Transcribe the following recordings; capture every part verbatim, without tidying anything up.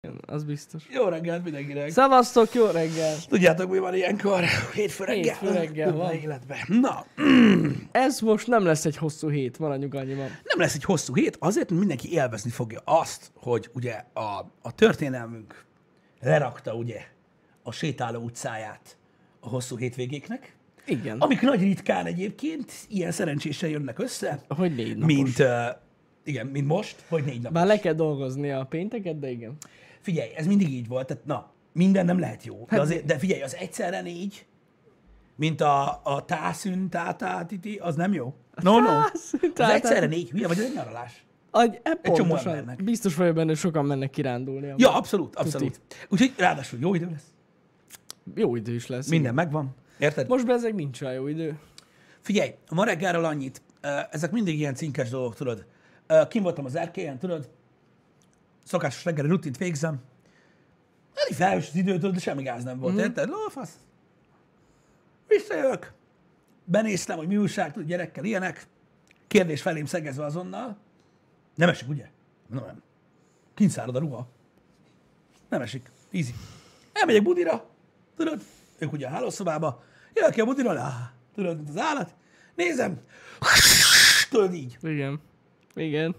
Az biztos. Jó reggelt mindenkinek. Szevasztok, jó reggel. Tudjátok, mi van ilyenkor? Hétfő reggel. Hétfő reggel van. Életben. Na. Ez most nem lesz egy hosszú hét, maradjunk annyiban. Nem lesz egy hosszú hét, azért, mert mindenki élvezni fogja azt, hogy ugye a, a történelmünk lerakta ugye a sétáló utcáját a hosszú hétvégéknek. Igen. Amik nagy ritkán egyébként ilyen szerencsésen jönnek össze. Hogy négy napos. Mint, uh, igen, mint most, hogy négy napos. Bár le kell dolgozni a pénteket, de igen. Figyelj, ez mindig így volt, tehát na, minden nem lehet jó. De, Hát- azért, de figyelj, az egyszerre négy, mint a, a tászün, tátá, titi, az nem jó. No, no. Tászün, Az tátá. egyszerre négy, hülye vagy, ez egy nyaralás. Egy, e, csomó pontosan. embernek. Biztos vagyok benne, hogy sokan mennek kirándulni. Ja, abszolút, abszolút. Úgyhogy ráadásul jó idő lesz. Jó idő is lesz. Minden megvan. Érted? Most be ezek nincs olyan jó idő. Figyelj, a ma reggelről annyit. Ö, Ezek mindig ilyen cinkes dolgok, tudod. Ö, Kim voltam az erkélyen, tudod. Szokásos reggeli rutint végzem. Elég felhős az idő, tudod, de semmi gáz nem volt, mm-hmm. érted? Lófasz. Visszajövök. Benéztem, hogy mi újság, tudod, gyerekkel ilyenek. Kérdés felém szegezve azonnal. Nem esik, ugye? Nem, nem. Kint szárad a ruha. Nem esik. Easy. Elmegyek budira, tudod, ők ugye a hálószobába, jövök ki a budira, lá, tudod, mint az állat, nézem, tudod így. Igen. Igen.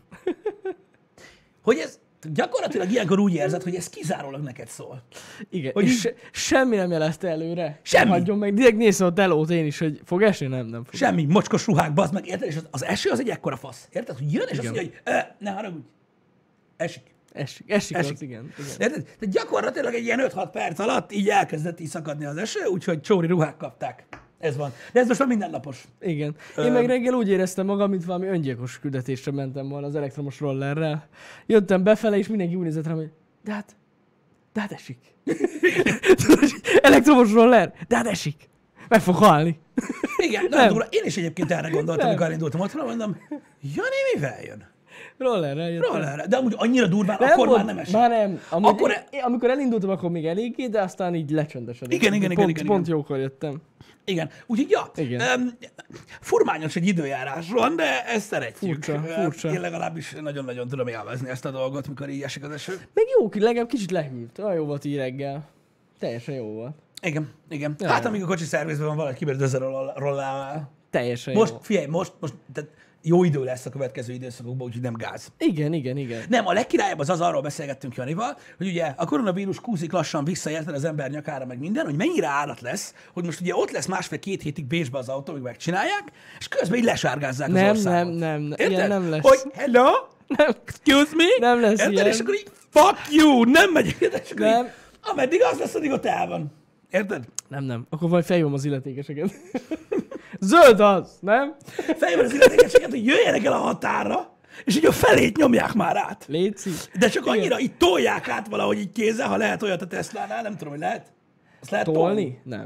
Hogy ez gyakorlatilag ilyenkor úgy érzed, hogy ez kizárólag neked szól. Igen. Hogy És így- se, semmi nem jelezte előre. Semmi. Hagyjon meg. Direkt néztem a telót én is, hogy fog esni? Nem, nem fog. Semmi, mocskos ruhák, bazd meg, érted? És az, az eső az egy ekkora fasz, érted? Hogy jön, és azt Igen. mondja, hogy "Ö, ne haragudj, esik. Esik, esik, Esik. az, igen. igen. Érted? Tehát gyakorlatilag egy ilyen öt-hat perc alatt így elkezdett így szakadni az eső, úgyhogy csóri ruhák kapták. Ez van. De ez most már mindennapos. Igen. Én Ö- meg reggel úgy éreztem magam, mint valami öngyilkos küldetésre mentem volna az elektromos rollerrel. Jöttem befele, és mindenki úgy nézett rám, hogy de hát, de hát esik. Tudod, hogy elektromos roller, de hát esik. Meg fog halni. Igen, de Nem. durva. Én is egyébként erre gondoltam, Nem. amikor elindultam otthonra, mondom, Jani mivel jön? Rollerrel jöttem. Rollerre. De amúgy annyira durván, akkor volt- már nem esik. Már nem. Amúgy Akkor akkor e- én, amikor elindultam, akkor még eléggé, de aztán így lecsöndesedett. Igen, igen, igen, pont, igen, Pont igen. jókor jöttem. Igen. Úgyhogy, ja, Igen. Um, furmányos egy időjárás van, de ezt szeretjük. Furcsa, Ö, furcsa. Én legalábbis nagyon-nagyon tudom élvezni ezt a dolgot, mikor így esik az eső. Meg jó, ki- legalább kicsit lehűlt. Olyan jó volt így reggel. Teljesen jó volt. Igen, igen. Ja, Hát ja. amíg a kocsi szervizben van, valaki kibérd ezzel rollával. Teljesen Most, jó. figyelj, most, most tehát jó idő lesz a következő időszakokban, úgyhogy nem gáz. Igen, igen, igen. Nem, a legkirályabb az az, arról beszélgettünk Janival, hogy ugye a koronavírus kúszik lassan vissza, érted, az ember nyakára, meg minden, hogy mennyire állat lesz, hogy most ugye ott lesz másfél-két hétig Bécsbe az autó, amíg megcsinálják, és közben így lesárgázzák az Nem, országot. nem, nem, nem. Érted? Ilyen nem lesz. Hogy hello, Nem, excuse me, nem lesz érted? ilyen. És akkor így fuck you, nem megyek, érted? És akkor Nem. így, ameddig az lesz, addig ott el van. Érted? Nem, nem. Akkor majd felhívom az illetékeseket. Zöld az, nem? Fejben az illetékeseket, hogy jöjjenek el a határra, és így a felét nyomják már át. Léci. De csak annyira így tolják át valahogy így kézzel, ha lehet olyat a Teslánál, nem tudom, hogy lehet. Azt lehet tolni? Tolni? Nem.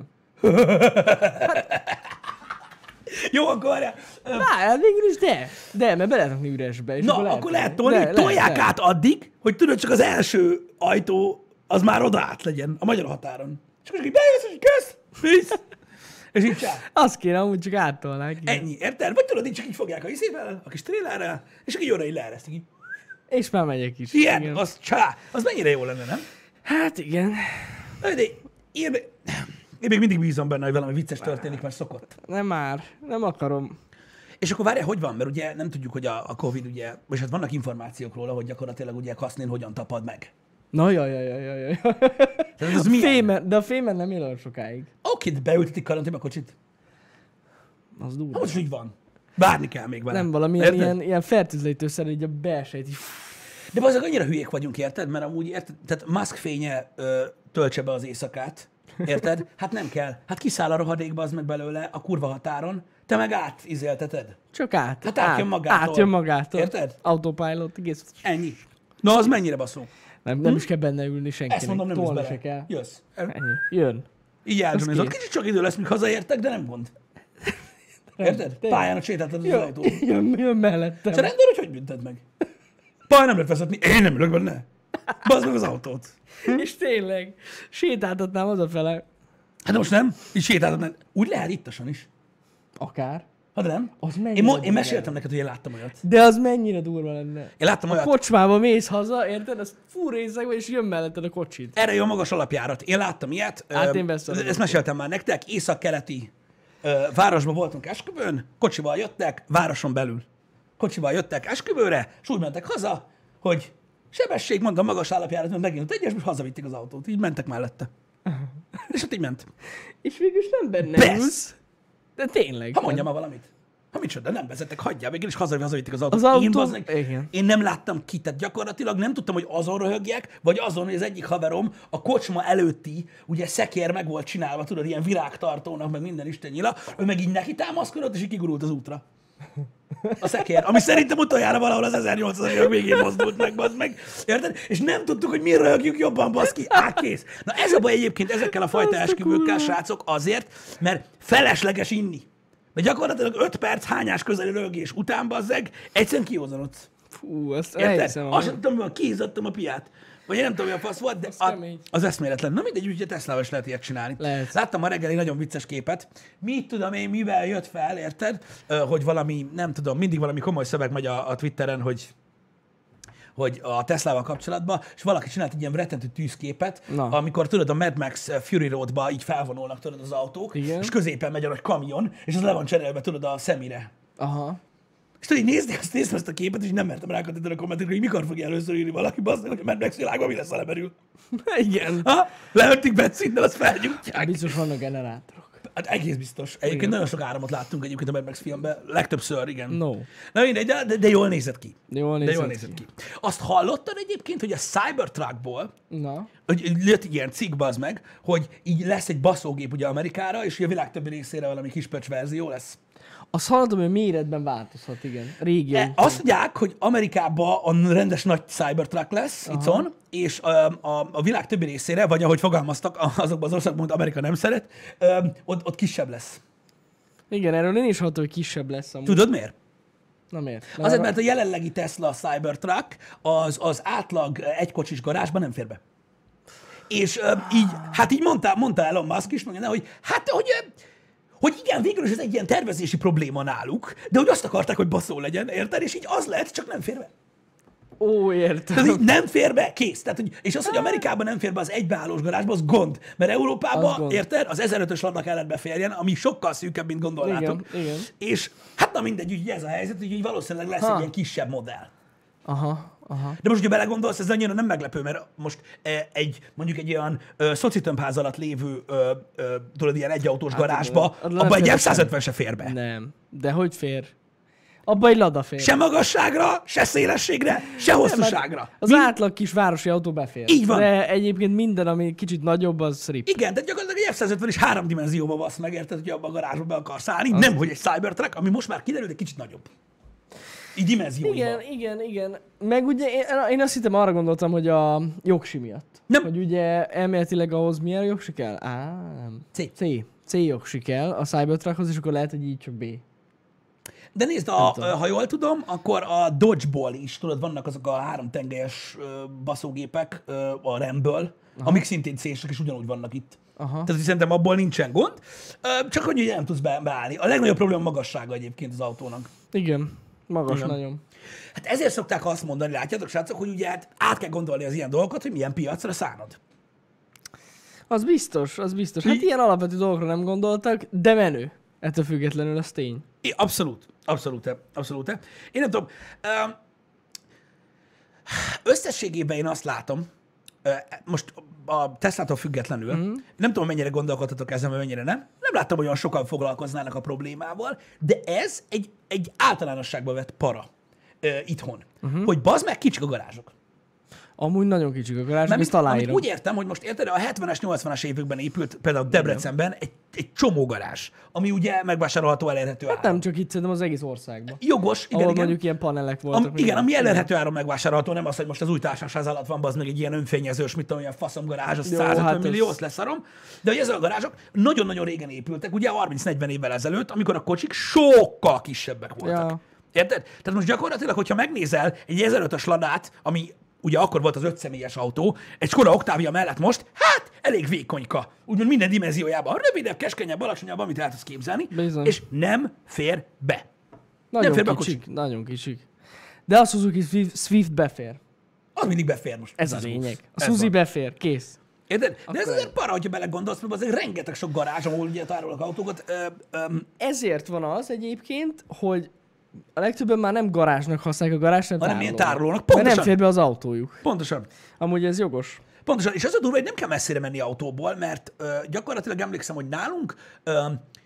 Jó, akkor várjál. Ö, Á, hát végül is de. De, mert be lehet rakni üresbe. És Na, akkor lehet tolni, hogy tolják át addig, hogy tudod, csak az első ajtó az már oda át legyen, a magyar határon. És akkor így bejössz, és így kösz, visz, és így csá. Azt kéne, amúgy csak áttolnák. igen. Ennyi, érted? Vagy tudod, így csak így fogják a izével, a kis trélerrel, és akkor így oda így leeresztik. Így. És már megyek is. Ilyen, Igen. az csá. Az mennyire jó lenne, nem? Hát igen. Na, de én, én még mindig bízom benne, hogy valami vicces történik, mert szokott. Nem már. Nem akarom. És akkor várjál, hogy van? Mert ugye nem tudjuk, hogy a, a Covid ugye, vagy hát vannak információk róla, hogy gyakorlatilag ugye Kasznén hogyan tapad meg. Na, jaj, jaj, jaj, jaj, jaj. Tehát az A milyen? fémen, de a fémen nem él olyan sokáig. Oké, de beültetik karanténba a kocsit. Az Na, durva. most úgy van. Várni kell még vele. Nem valamilyen Érted? ilyen, ilyen fertőzőítőszer, így a belsejt. Így... De azok annyira hülyék vagyunk, érted? Mert amúgy, érted? Tehát Musk fénye ö, töltse be az éjszakát. Érted? Hát nem kell. Hát kiszáll a rohadékba az meg belőle a kurva határon. Te meg átizélteted. Csak át. Hát átjön magától. Átjön magától. Érted? Autopilot, egész. Ennyi. Na, az mennyire baszó? Nem, nem is kell benne ülni senkinek. Ezt mondom, nem jössz Tolni bele. se kell. Jössz. Ennyi. Jön. Így Az elzsomizol. kész. Kicsit csak idő lesz, míg hazaértek, de nem gond. Érted? Tényleg. Pályán sétáltad az Jön, autót. jön, jön mellettem. És a rendőr, hogy hogy bünted meg? Pályán nem lehet vezetni, én nem ülök benne. Bazd meg az autót. És tényleg, sétáltatnám hazafele. Hát de most nem? Így sétáltatnád. Úgy lehet ittasan is. Akár. Ha de nem? Az Én, mennyire mo- én durva meséltem lenne. neked, hogy én láttam olyat. De az mennyire durva lenne. Én láttam A olyat. kocsmába mész haza, érted? Az fú részeg, és jön melletted a kocsit. Erre jó a magas alapjárat. Én láttam ilyet. Hát Ö, én beszarok. Ezt meséltem már nektek. Észak-keleti ö, városban voltunk esküvőn, kocsival jöttek, városon belül. Kocsival jöttek esküvőre, és úgy mentek haza, hogy sebesség, mondom, magas alapjárat, mert megint egyes, és hazavitték az autót. Így mentek mellette. És ott így ment. És végül is nem benne Persze. ülsz. De tényleg. Ha mondja már valamit. Ha micsoda, nem vezettek, hagyjál, végül is haza, hazavitték az autót. Az autó- Én, bazdmeg, igen. én nem láttam ki, tehát gyakorlatilag nem tudtam, hogy azon röhögjek, vagy azon, hogy az egyik haverom a kocsma előtti, ugye szekér meg volt csinálva, tudod, ilyen virágtartónak, meg minden isten nyila, ő meg így neki támaszkodott, és így kigurult az útra. A szekér, ami szerintem utoljára valahol az ezernyolcszázas évek végén mozdult meg, bazd meg. Érted? És nem tudtuk, hogy miért röhögjük jobban, baszki. Á, kész. Na ez a baj egyébként ezekkel a fajta Azt a esküvőkkel, kurva. srácok, azért, mert felesleges inni. Mert gyakorlatilag öt perc hányás közeli röhögés után, bazzeg, egyszerűen kiózanodsz. Fú, azt Érted? elhiszem. Azt sem tudom, hogy kiizzadtam a piát. Vagy én nem tudom, mi a fasz volt, de Az a, kemény. az eszméletlen. Na mindegy, úgyhogy a Teslával is lehet ilyet csinálni. Lehet. Láttam ma reggel egy nagyon vicces képet. Mit tudom én, mivel jött fel, érted? Ö, Hogy valami, nem tudom, mindig valami komoly szöveg megy a, a Twitteren, hogy hogy a Teslával kapcsolatban, és valaki csinált egy ilyen rettentő tűzképet, Na. amikor tudod, a Mad Max Fury Roadba így felvonulnak, tudod, az autók, Igen. és középen megy a nagy kamion, és az le van cserélve, tudod, a szemire. Aha. És tudod, így nézni, azt néztem ezt a képet, és nem mertem rákattintani a kommentekre, hogy mikor fogja először írni valaki, bazdmeg, hogy a Mad Max világban mi lesz, ha lemerül. Igen. Ha? Leöntik benzinnel, azt felgyújtják. Biztos vannak generátorok. Hát egész biztos. Egyébként Igen. nagyon sok áramot láttunk egyébként a Mad Max filmben, legtöbbször, igen. No. Na mindegy, de, de, de jól nézett ki. Jól De nézett, jól nézett ki. Azt hallottad egyébként, hogy a Cybertruckból, Na. hogy jött egy ilyen cikk, bazd meg, hogy így lesz egy baszógép ugye Amerikára, és hogy a világ többi részére valami kispöcs verzió lesz. Azt hallottam, hogy méretben változhat, igen. Régi E, autó. Azt mondják, hogy Amerikában a rendes nagy Cybertruck lesz, itthon, és a, a, a világ többi részére, vagy ahogy fogalmaztak azokban az országban, amit Amerika nem szeret, ö, ott, ott kisebb lesz. Igen, erről én is hallottam, hogy kisebb lesz amúgy. Tudod miért? Na miért? Azért, mert a jelenlegi Tesla Cybertruck az, az átlag egykocsis garázsban nem fér be. És ö, így, hát így mondta, mondta Elon Musk is, mondja, hogy hát, hogy, ö, hogy igen, végül is ez egy ilyen tervezési probléma náluk, de hogy azt akarták, hogy baszó legyen, érted? És így az lett, csak nem fér be. Ó, értem. Tehát így nem fér be, kész. Tehát, hogy, és az, hogy Amerikában nem fér be az egybeállós garázsba, az gond. Mert Az Európában, gond. érted, az ezerötös ladnak kellett beférjen, ami sokkal szűkebb, mint gondolnátok. Igen, igen. És hát na mindegy, úgy ez a helyzet, hogy így valószínűleg lesz Ha. egy ilyen kisebb modell. Aha, aha. De most, hogyha belegondolsz, ez annyira nem meglepő, mert most eh, egy, mondjuk egy olyan ö, szocitömbház alatt lévő, ö, ö, tudod, ilyen egyautós Hát, garázsba, igen. Az abban egy nem F száz ötven se fér be. Nem. De hogy fér? Abba egy Lada fér. Se magasságra, se szélességre, se Nem, hosszúságra. mert Az átlag kis városi autó befér. Így van. De egyébként minden, ami kicsit nagyobb, az rip. Igen, de gyakorlatilag egy F száz ötven is három dimenzióba basz meg, érted, hogy abban a garázsba be akarsz állni, nem, hogy egy Cybertruck, ami most már kiderült, egy kicsit nagyobb. Így dimenzióiban. Igen, igen, igen. Meg ugye én, én azt hittem, arra gondoltam, hogy a jogsi miatt. Nem. Hogy ugye elméletileg ahhoz milyen jogsi kell? Á, nem. C. C. C jogsi kell a Cybertruckhoz, és akkor lehet, hogy így csak B. De nézd, a, tudom. ha jól tudom, akkor a Dodge-ból is, tudod, vannak azok a háromtengelyes ö, baszógépek ö, a Ramből, amik szintén C-sek, és ugyanúgy vannak itt. Aha. Tehát hogy szerintem abból nincsen gond, ö, csak hogy ugye nem tudsz be, beállni. A legnagyobb probléma a magassága egyébként az autónak. Igen. Magas Igen. nagyon. Hát ezért szokták azt mondani, látjátok, srácok, hogy ugye hát át kell gondolni az ilyen dolgokat, hogy milyen piacra szánod. Az biztos, az biztos. Hát Így- ilyen alapvető dolgokra nem gondoltak, de menő. Ettől függetlenül az tény. É, abszolút, abszolút, abszolút. Én nem tudom, ö, összességében én azt látom, ö, most a Teslától függetlenül, mm. nem tudom, mennyire gondolkodhatok ezen, vagy mennyire nem, nem láttam, hogy olyan sokan foglalkoznának a problémával, de ez egy, egy általánosságban vett para ö, itthon. Uh-huh. Hogy bazd meg, kicsik a garázsok. Amúgy nagyon kicsik a garázs, Mert ezt amit aláírom. úgy értem, hogy most érted, a hetvenes, nyolcvanas években épült például Debrecenben egy, egy csomó garázs, ami ugye megvásárolható, elérhető áron. Nem csak itt, szerintem az egész országban. Jogos, igen, Ahol igen. mondjuk ilyen panelek voltak. Am, vagy igen, ami ilyen. elérhető áron megvásárolható, nem az, hogy most az új társaság alatt van, az meg egy ilyen önfényezős, mit tudom, ilyen faszomgarázs, az Jó, százötven hát millió, az- azt leszarom. De hogy ezek a garázsok nagyon-nagyon régen épültek, ugye harminc-negyven évvel ezelőtt, amikor a kocsik sokkal kisebbek voltak. Ja. Érted? Tehát most gyakorlatilag, hogyha megnézel egy ezerötös ladát, ami ugye akkor volt az ötszemélyes autó, egy Skoda Octavia mellett most, hát elég vékonyka. Úgymond minden dimenziójában. Rövidebb, keskenyebb, alacsonyabb, amit el tudsz képzelni. Bizony. És nem fér be. Nagyon fér be a kicsik, nagyon kicsik. De a Suzuki Swift, Swift befér. Az mindig befér most. Ez a az lényeg. A Ez Suzuki van. befér, kész. Érted? De Akkor ez azért para, hogyha belegondolsz, mert azért rengeteg sok garázs, ahol ugye tárolnak autókat. Ö, ö, Ezért van az egyébként, hogy a legtöbben már nem garázsnak használják a garást, hanem hanem ilyen tárolónak. tárolónak. Mert Pontosan. nem fér be az autójuk. Pontosan. Amúgy ez jogos. Pontosan. És az a durva, hogy nem kell messzire menni autóból, mert ö, gyakorlatilag emlékszem, hogy nálunk ö,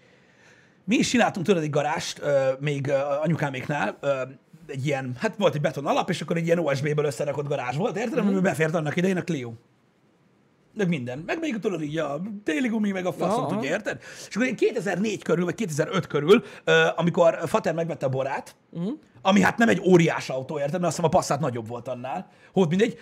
mi is csináltunk tőled egy garást, ö, még ö, anyukáméknál, ö, egy ilyen, hát volt egy beton alap, és akkor egy ilyen o es bé-ből összerakott garázs volt, érted? Mm-hmm. Amiben befért annak idején a Clio. Meg minden. Meg még tudod így a téli gumi, meg a faszom, Aha. tudja, érted? És akkor én kétezer-négy körül, vagy kétezer-öt körül, ö, amikor Fater megvette a Borát, uh-huh. ami hát nem egy óriás autó, érted? Mert azt hiszem a Passat nagyobb volt annál. Hót mindegy.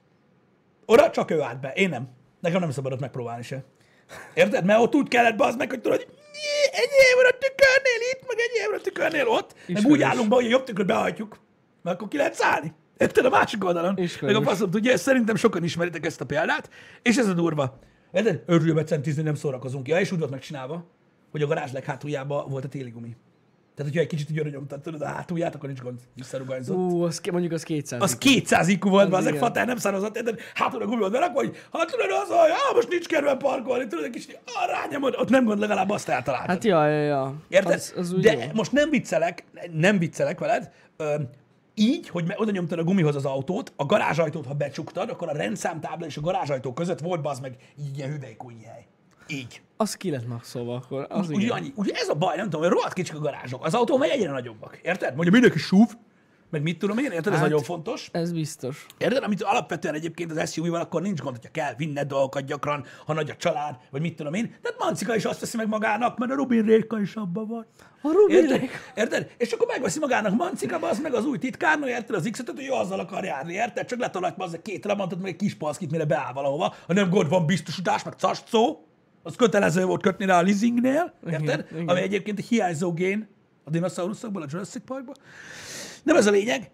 Oda csak ő állt be. Én nem. Nekem nem szabadott megpróbálni se. Érted? Mert ott úgy kellett bazd meg, hogy tudod, hogy ennyi van a tükörnél itt, meg ennyi van a tükörnél ott. Meg Ismerős. úgy állunk be, hogy a jobb tükröt behajtjuk. Mert akkor ki lehet szállni. Érted? A másik oldalon. Ismerős. Meg a faszom tudja, ezt szerintem sokan ismeritek ezt a példát, és ez a durva. Érted? Örüljem egyszerűen tízni, nem szórakozunk. Ja, és úgy volt megcsinálva, hogy a garázs leghátuljában volt a téli gumi. Tehát, hogyha egy kicsit így nyomtad, tudod, a hátulját, akkor nincs gond, visszaruganyzott. Ú, az, ké- mondjuk az kétszáz. Az kétszáz ikú volt, Az az ezek igen. Fater nem szározott, érted? Hátul a gumi volt berakva, hogy hát tudod az, hogy ah, most nincs kedvem parkolni, tudod, egy kicsit ah, rányomod, ott nem gond, legalább azt eltaláltad. Hát ja, ja, ja. Érted? Az, az úgy De jó. most nem viccelek, nem viccelek veled, ö, így, hogy me- oda nyomtad a gumihoz az autót, a garázsajtót, ha becsuktad, akkor a rendszámtábla és a garázsajtó között volt bazd meg így ilyen hüvelykúj hely. Így. Az ki lett maxolva akkor. Az Ugye, igen. annyi, ugye ez a baj, nem tudom, hogy rohadt kicsik a garázsok. Az autó megy egyre nagyobbak. Érted? Mondja mindenki súv, meg mit tudom én, érted? Ez Hát- nagyon fontos. Ez biztos. Érted? Amit alapvetően egyébként az es u vé-val akkor nincs gond, hogyha kell vinned dolgokat gyakran, ha nagy a család, vagy mit tudom én. Tehát Mancika is azt veszi meg magának, mert a Rubin Réka is abban van. A Rubin Érted? Réka. Érted? És akkor megveszi magának Mancika, az meg az új titkárnő, érted? Az X-et, hogy ő azzal akar járni, érted? Csak letalált az két trabantot, meg egy kis palszkit, mire beáll valahova. Ha nem gond van biztosítás, meg casztszó, az kötelező volt kötni rá a leasingnél, érted? Igen, igen. Ami egyébként egy hiányzó gén a dinoszauruszokból, a Jurassic Parkból. Nem ez a lényeg.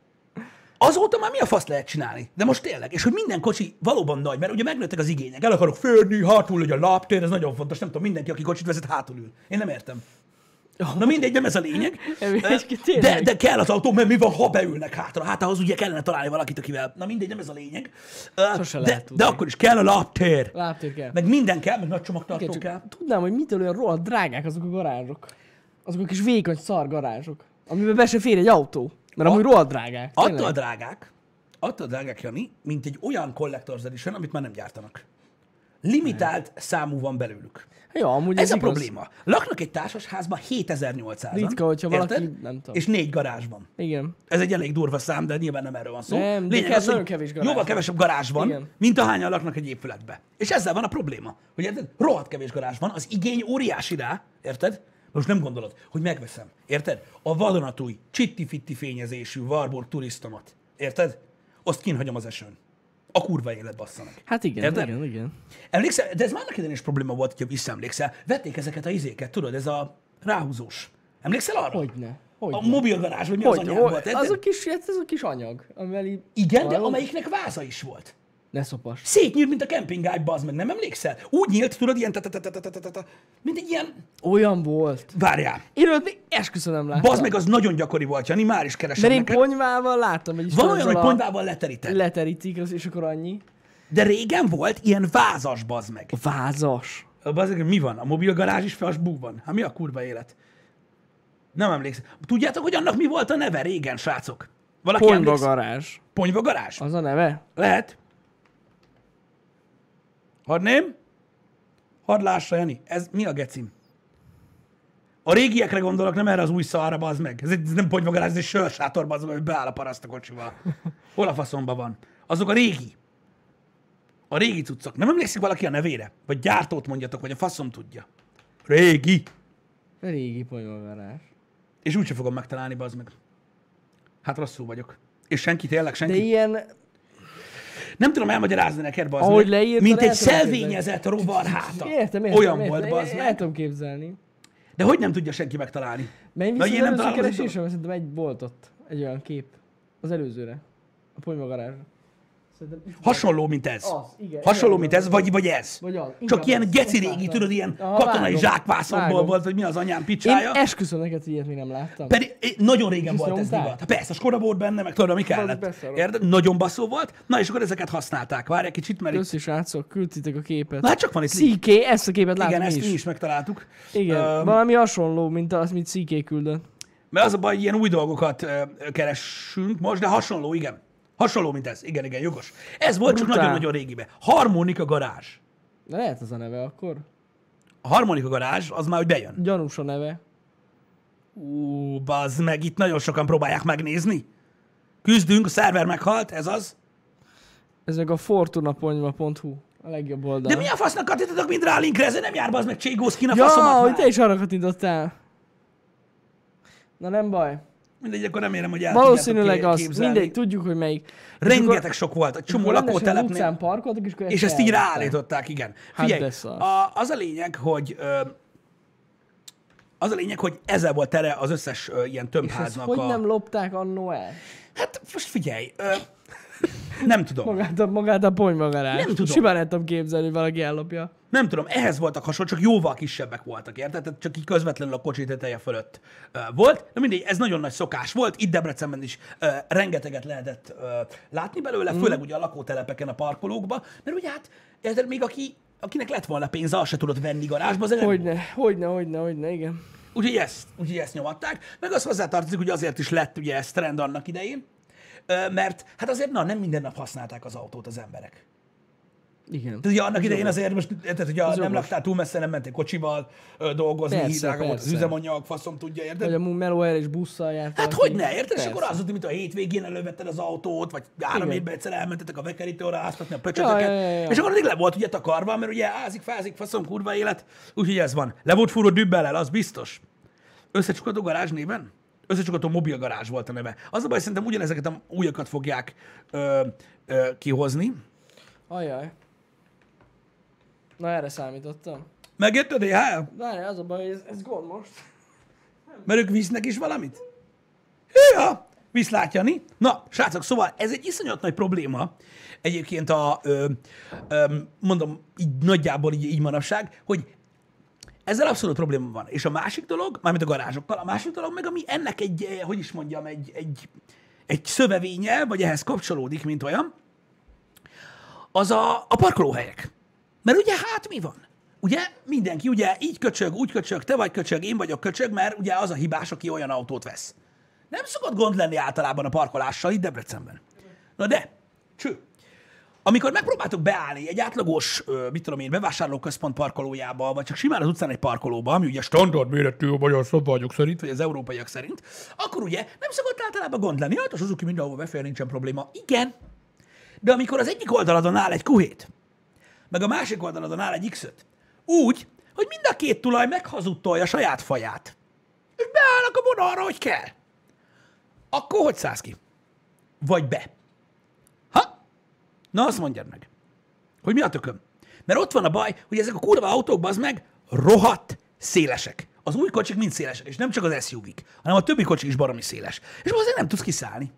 Azóta már mi a fasz lehet csinálni? De most tényleg. És hogy minden kocsi valóban nagy, mert ugye megnőttek az igények. El akarok férni, hátul legyen láptér, ez nagyon fontos. Nem tudom, mindenki, aki kocsit vezet, hátul ül. Én nem értem. Na mindegy, nem ez a lényeg. Egyébként De, tényleg. de kell az autó, mert mi van, ha beülnek hátra? Hát ahhoz ugye kellene találni valakit, akivel. Na mindegy, nem ez a lényeg. Sose de, lehet tudni. de akkor is kell a láptér. Láptér kell. Meg minden kell, meg nagy csomagtartó Igen, kell. csak tudnám, hogy mitől olyan rohadt drágák azok a garázsok. Azok a kis vékony szar garázsok. Amiben be se fér egy autó. Mert A- amúgy rohadt drágák. Attól Tényleg. drágák, attól drágák, Jani, mint egy olyan Collector's Edition, amit már nem gyártanak. Limitált számú van belőlük. Ja, amúgy Ez ez a igaz. probléma. Laknak egy társasházban hétezer-nyolcszázan. Ritka, hogyha valaki- érted? nem tudom. És négy garázs van. Igen. Ez egy elég durva szám, de nyilván nem erről van szó. Nem, de Lényeg kell- az, hogy nagyon kevés garázs jóval van. kevesebb garázs van, Igen. mint ahányan laknak egy épületbe. És ezzel van a probléma. Hogy érted? Rohadt kevés garázs van, az igény óriási rá, érted? Most nem gondolod, hogy megveszem, érted? A vadonatúj, csitti-fitti fényezésű Warburg turisztomat, érted? Azt kinhagyom az esőn. A kurva élet bassza meg. Hát igen, Érted? igen, igen. Emlékszel, de ez már annak idején is probléma volt, hogyha visszaemlékszel. Vették ezeket a izéket, tudod, ez a ráhúzós. Emlékszel arra? Hogyne. Hogyne. A mobilgarázs, vagy mi az Hogy, anyám hogy, volt, az érted? a kis, hát ez a kis anyag, amivel így... Igen, de Valami- amelyiknek váza is volt. Ne szopas. Szétnyílt, mint a kempingágy, bazd meg, nem emlékszel? Úgy nyílt, tudod, ilyen ta-ta-ta-ta-ta-ta-ta, mint egy ilyen... Olyan volt. Várjál. Én őt még esküszöm nem láttam. Bazd meg, az nagyon gyakori volt, Jani, már is keresem Mert én neked. ponyvával láttam, hogy is Van tudod, olyan, hogy azzal a- ponyvával leteríted. leterítik, az- és akkor annyi. De régen volt ilyen vázas, bazd meg. Vázas. Bazd meg, mi van? A mobilgarázs is Facebook van? Hát mi a kurva élet? Nem emlékszem. Tudjátok, hogy annak mi volt a neve régen, srácok? Valaki Ponyva emlékszik? garázs. Ponyva garázs? Az a neve? Lehet. Hadd ném? Hadd lássa, Jani. Ez mi a gecim? A régiekre gondolok, nem erre az új szarra, bazd meg. Ez, egy, ez nem ponyvagarázs, ez egy sörsátor, bazd meg, hogy beáll a paraszt a kocsival. Hol a faszomba van? Azok a régi. A régi cuccok. Nem emlékszik valaki a nevére? Vagy gyártót mondjatok, vagy a faszom tudja. Régi. Régi ponyva garázs. És úgyse fogom megtalálni, bazd meg. Hát rosszul vagyok. És senki, tényleg De senki. ilyen... Nem tudom elmagyarázni neked, bazd Ahogy meg. leírtad, Mint egy el tudom szelvényezett rovar háta. Értem, értem. Olyan értem, volt, értem, bazd El meg. tudom képzelni. De hogy nem tudja senki megtalálni? Menj Vagy vissza én az nem előző találkozom? keresésre, mert szerintem egy volt ott. Egy olyan kép. Az előzőre. A ponyva garázsra. Szerintem Hasonló, mint ez. Az, igen, Hasonló, igen, mint az, ez, vagy, vagy ez. Vagy az. Csak Inkább ilyen az. geci Azt régi, láttam. tudod, ilyen Aha, katonai vágom. zsákvászonból Vágom. volt, vagy mi az anyám Én picsája. esküszöm neked, hogy ilyet még nem láttam. Pedig eh, nagyon régen És volt ez nyomták? divat. Hát persze, a Skoda volt benne, meg tudod, ami kellett. beszarok. Érted? Nagyon baszó volt. Na és akkor ezeket használták. Várj egy kicsit, mert itt... Köszi srácok, küldtitek a képet. Na hát csak van itt. cé ká, ezt a képet látom Igen, ezt is. mi is megtaláltuk. Igen, Öm, valami hasonló, mint az, amit cé ká küldött. Mert az a baj, hogy ilyen új dolgokat ö, keresünk most, de hasonló, igen. Hasonló, mint ez. Igen, igen, jogos. Ez volt csak Brutál. nagyon-nagyon régiben. Harmonika garázs. De lehet az a neve akkor. A harmonika garázs, az már, hogy bejön. Gyanús a neve. Ú, bazd meg, itt nagyon sokan próbálják megnézni. Küzdünk, a szerver meghalt, ez az. Ez meg a fortunaponyva pont hu. A legjobb oldal. De mi a fasznak kattintotok mind rá a linkre, ezzel nem jár, bazd meg, Cségószkin a Ja, faszomat hogy már. te is arra kattintottál. Na nem baj. Mindegy, akkor remélem, hogy el Valószínűleg tudjátok az. képzelni. Mindegy, tudjuk, hogy melyik. Rengeteg sok volt, egy csomó Akkor rendesen az lakótelepnél. utcán parkoltak, és, akkor És ezt így elvették. ráállították, igen. Hát Figyelj, beszarsz. a, az a lényeg, hogy ö, az a lényeg, hogy ezzel volt tere az összes ö, ilyen És ezt tömbháznak hogy a... nem lopták annó el? Hát most figyelj, ö, nem tudom. Magát a, magát a ponyvagarát. Nem tudom. Simán el tudom képzelni, hogy valaki ellopja. Nem tudom, ehhez voltak hasonló, csak jóval kisebbek voltak, érted? Tehát csak így közvetlenül a kocsi teteje fölött ö, volt. De mindegy, ez nagyon nagy szokás volt. Itt Debrecenben is ö, rengeteget lehetett ö, látni belőle, főleg ugye a lakótelepeken, a parkolókba, mert ugye hát, érted, még aki, akinek lett volna pénze, azt se tudott venni garázsba, azért nem Hogyne, hogyne, hogyne, hogyne, igen. Úgyhogy ezt, úgyhogy ezt nyomatták. Meg az hozzátartozik, hogy azért is lett ugye ez trend annak idején, ö, mert hát azért na, nem minden nap használták az autót az emberek. Igen. Tehát ugye annak idején azért most, érted, hogy a, nem jogos. laktál túl messze, nem mentél kocsival ö, dolgozni, Persze, hídrága volt az persze. üzemanyag, faszom tudja, érted? Vagy a melóhelyre is busszal járt. Hát valaki. hogy ne, érted? És Persze. akkor az volt, mint a hétvégén elővetted az autót, vagy három Igen. évben egyszer elmentetek a vekerítóra áztatni a pöcsötöket, Ja, ja, ja, ja. és akkor addig le volt ugye takarva, mert ugye ázik, fázik, faszom, kurva élet, úgyhogy ez van. Le volt fúró dübbellel, az biztos. Összecsukató garázs néven? Összecsukató mobil garázs volt a neve. Az a baj, szerintem ugyanezeket a újakat fogják ö, ö, kihozni. Ajaj. Na erre számítottam. Megérted, é há? Várj, az a baj, hogy ez, ez gond most. Mert ők visznek is valamit? Ja, viszlátjani. Na, srácok, szóval ez egy iszonyat nagy probléma. Egyébként a, ö, ö, mondom, így nagyjából így, így manapság, hogy ezzel abszolút probléma van. És a másik dolog, mármint a garázsokkal, a másik dolog meg, ami ennek egy, eh, hogy is mondjam, egy, egy, egy szövevénye, vagy ehhez kapcsolódik, mint olyan, az a, a parkolóhelyek. Mert ugye hát mi van? Ugye mindenki ugye így köcsög, úgy köcsög, te vagy köcsög, én vagyok köcsög, mert ugye az a hibás, aki olyan autót vesz. Nem szokott gond lenni általában a parkolással itt Debrecenben. Na de, cső. Amikor megpróbáltok beállni egy átlagos, ö, mit tudom én, bevásárlóközpont parkolójába, vagy csak simán az utcán egy parkolóba, ami ugye standard méretű a magyar szabványok szerint, vagy az európaiak szerint, akkor ugye nem szokott általában gond lenni. Hát a Suzuki mindenhol befér, nincsen probléma. Igen, de amikor az egyik oldaladon áll egy kuhét, meg a másik oldaladon áll egy X-öt, úgy, hogy mind a két tulaj meghazudtolja saját faját, és beállnak a vonalra, hogy kell, akkor hogy szállsz ki? Vagy be? Ha? Na azt mondjad meg, hogy mi a tököm? Mert ott van a baj, hogy ezek a kurva autók, az meg rohadt szélesek. Az új kocsik mind szélesek, és nem csak az es u vé-k, hanem a többi kocsik is baromi széles. És azért nem tudsz kiszállni.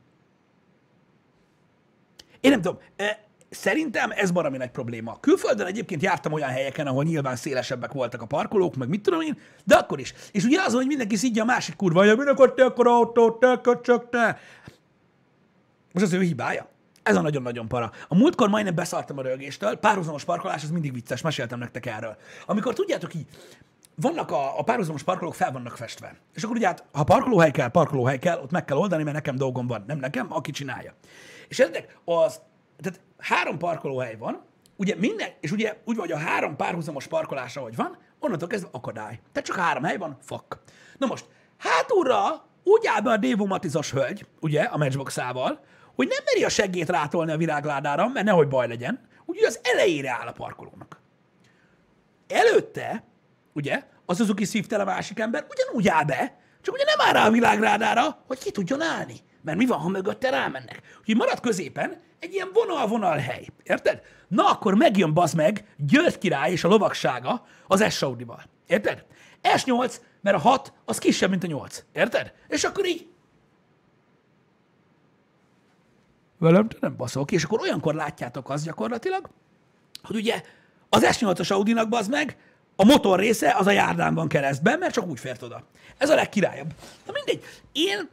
Én nem tudom, szerintem ez baromi nagy probléma. Külföldön egyébként jártam olyan helyeken, ahol nyilván szélesebbek voltak a parkolók, meg mit tudom én, de akkor is. És ugye az, hogy mindenki szidja a másik kurva, hogy minek adtál akkor autót, te köcsög, te. Most az ő hibája. Ez a nagyon-nagyon para. A múltkor majdnem beszartam a rögéstől, párhuzamos parkolás, az mindig vicces, meséltem nektek erről. Amikor tudjátok így, vannak a, a párhuzamos parkolók fel vannak festve. És akkor ugye hát, ha parkolóhely kell, parkolóhely kell, ott meg kell oldani, mert nekem dolgom van. Nem nekem, aki csinálja. És ennek az, tehát három parkolóhely van, ugye minden, és ugye úgy van, hogy a három párhuzamos parkolásra, hogy van, onnantól kezdve akadály. Tehát csak három hely van, fuck. Na most, hátulra úgy áll be a Dévó Matizos hölgy, ugye, a matchboxával, hogy nem meri a seggét rátolni a virágládára, mert nehogy baj legyen, úgyhogy az elejére áll a parkolónak. Előtte, ugye, az Suzuki Swift-tel a másik ember ugyanúgy áll be, csak ugye nem áll rá a világládára, hogy ki tudjon állni. Mert mi van, ha mögötte rámennek? Úgyhogy marad középen egy ilyen vonal-vonal hely. Érted? Na akkor megjön, bazd meg, György király és a lovagsága az S-Audival. Érted? es nyolc, mert a hat az kisebb, mint a nyolc. Érted? És akkor így velem te nem baszol ki. És akkor olyankor látjátok azt gyakorlatilag, hogy ugye az es nyolcas Audinak bazd meg, a motor része az a járdán van keresztben, mert csak úgy fért oda. Ez a legkirályabb. Na mindegy. Én...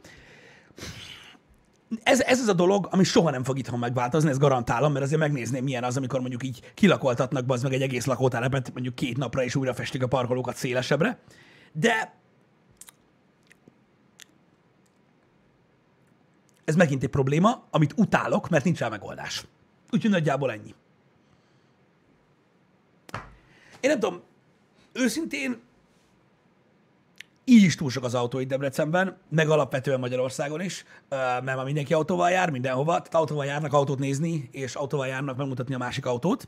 Ez, ez az a dolog, ami soha nem fog itthon megváltozni, ezt garantálom, mert azért megnézném, milyen az, amikor mondjuk így kilakoltatnak bazd meg egy egész lakótelepet, mondjuk két napra, és újra festik a parkolókat szélesebbre. De ez megint egy probléma, amit utálok, mert nincs rá megoldás. Úgyhogy nagyjából ennyi. Én nem tudom, őszintén így is túl sok az autó itt Debrecenben, meg alapvetően Magyarországon is, mert már mindenki autóval jár mindenhova, tehát autóval járnak autót nézni, és autóval járnak megmutatni a másik autót.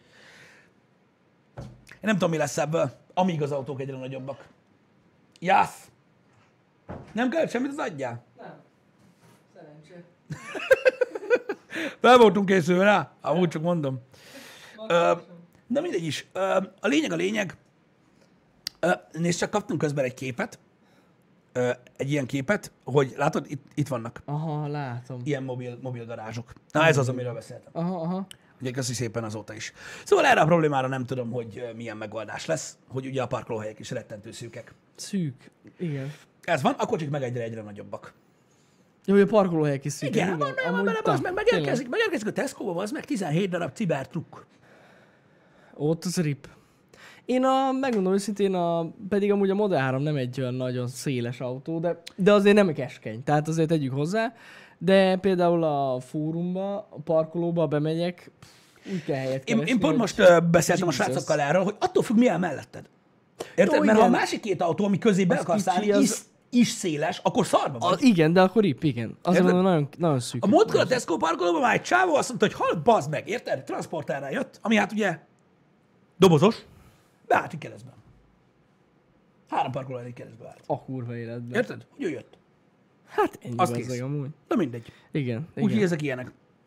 Én nem tudom, mi lesz ebből, amíg az autók egyre nagyobbak. Jász! Nem kell semmit az adjál? Nem. Szerencsé. Fel voltunk készülve rá, amúgy csak mondom. Ö, de mindegy is. Ö, a lényeg a lényeg. Ö, nézd, csak kaptunk közben egy képet. Ö, egy ilyen képet, hogy látod, itt, itt vannak Aha, látom. ilyen mobil, mobil garázsok. Na ez az, amiről beszéltem. Aha, aha. Ugye köszi szépen azóta is. Szóval erre a problémára nem tudom, hogy milyen megoldás lesz, hogy ugye a parkolóhelyek is rettentő szűkek. Szűk. Igen. Ez van, a kocsik meg egyre-egyre nagyobbak. Jó, hogy a parkolóhelyek is szűk. Igen, van, van amúgy bele, ta, az meg megérkezik, megérkezik a Tesco-ba, az meg tizenhét darab cibertruk. Ott az rip. Én a, megmondom őszintén, a, pedig amúgy a Model három nem egy olyan nagyon széles autó, de, de azért nem keskeny, tehát azért tegyük hozzá. De például a fórumba, a parkolóba bemegyek, úgy kell helyet Én, keresni, én pont hogy- most uh, beszéltem Jesus. a srácokkal erről, hogy attól függ, mi áll melletted. Érted? Jó, Mert ha a igen. másik két autó, ami közé be Az akarsz kicsi, állni, az- is, is széles, akkor szarba A, vagy. igen, de akkor rip, igen. Azért Érted? mondom, nagyon, nagyon szűk. A múltkor a Tesco parkolóban már egy csávó azt mondta, hogy hal, bazd meg, érted? Transportárra jött, ami hát ugye dobozos, beállt így keresztben. Három parkoló elég keresztbe állt. A kurva életben. Érted? Hogy ő jött? Hát ennyi Az bazzeg kész. amúgy. Na mindegy. Igen, Úgyhogy igen, ezek ilyenek.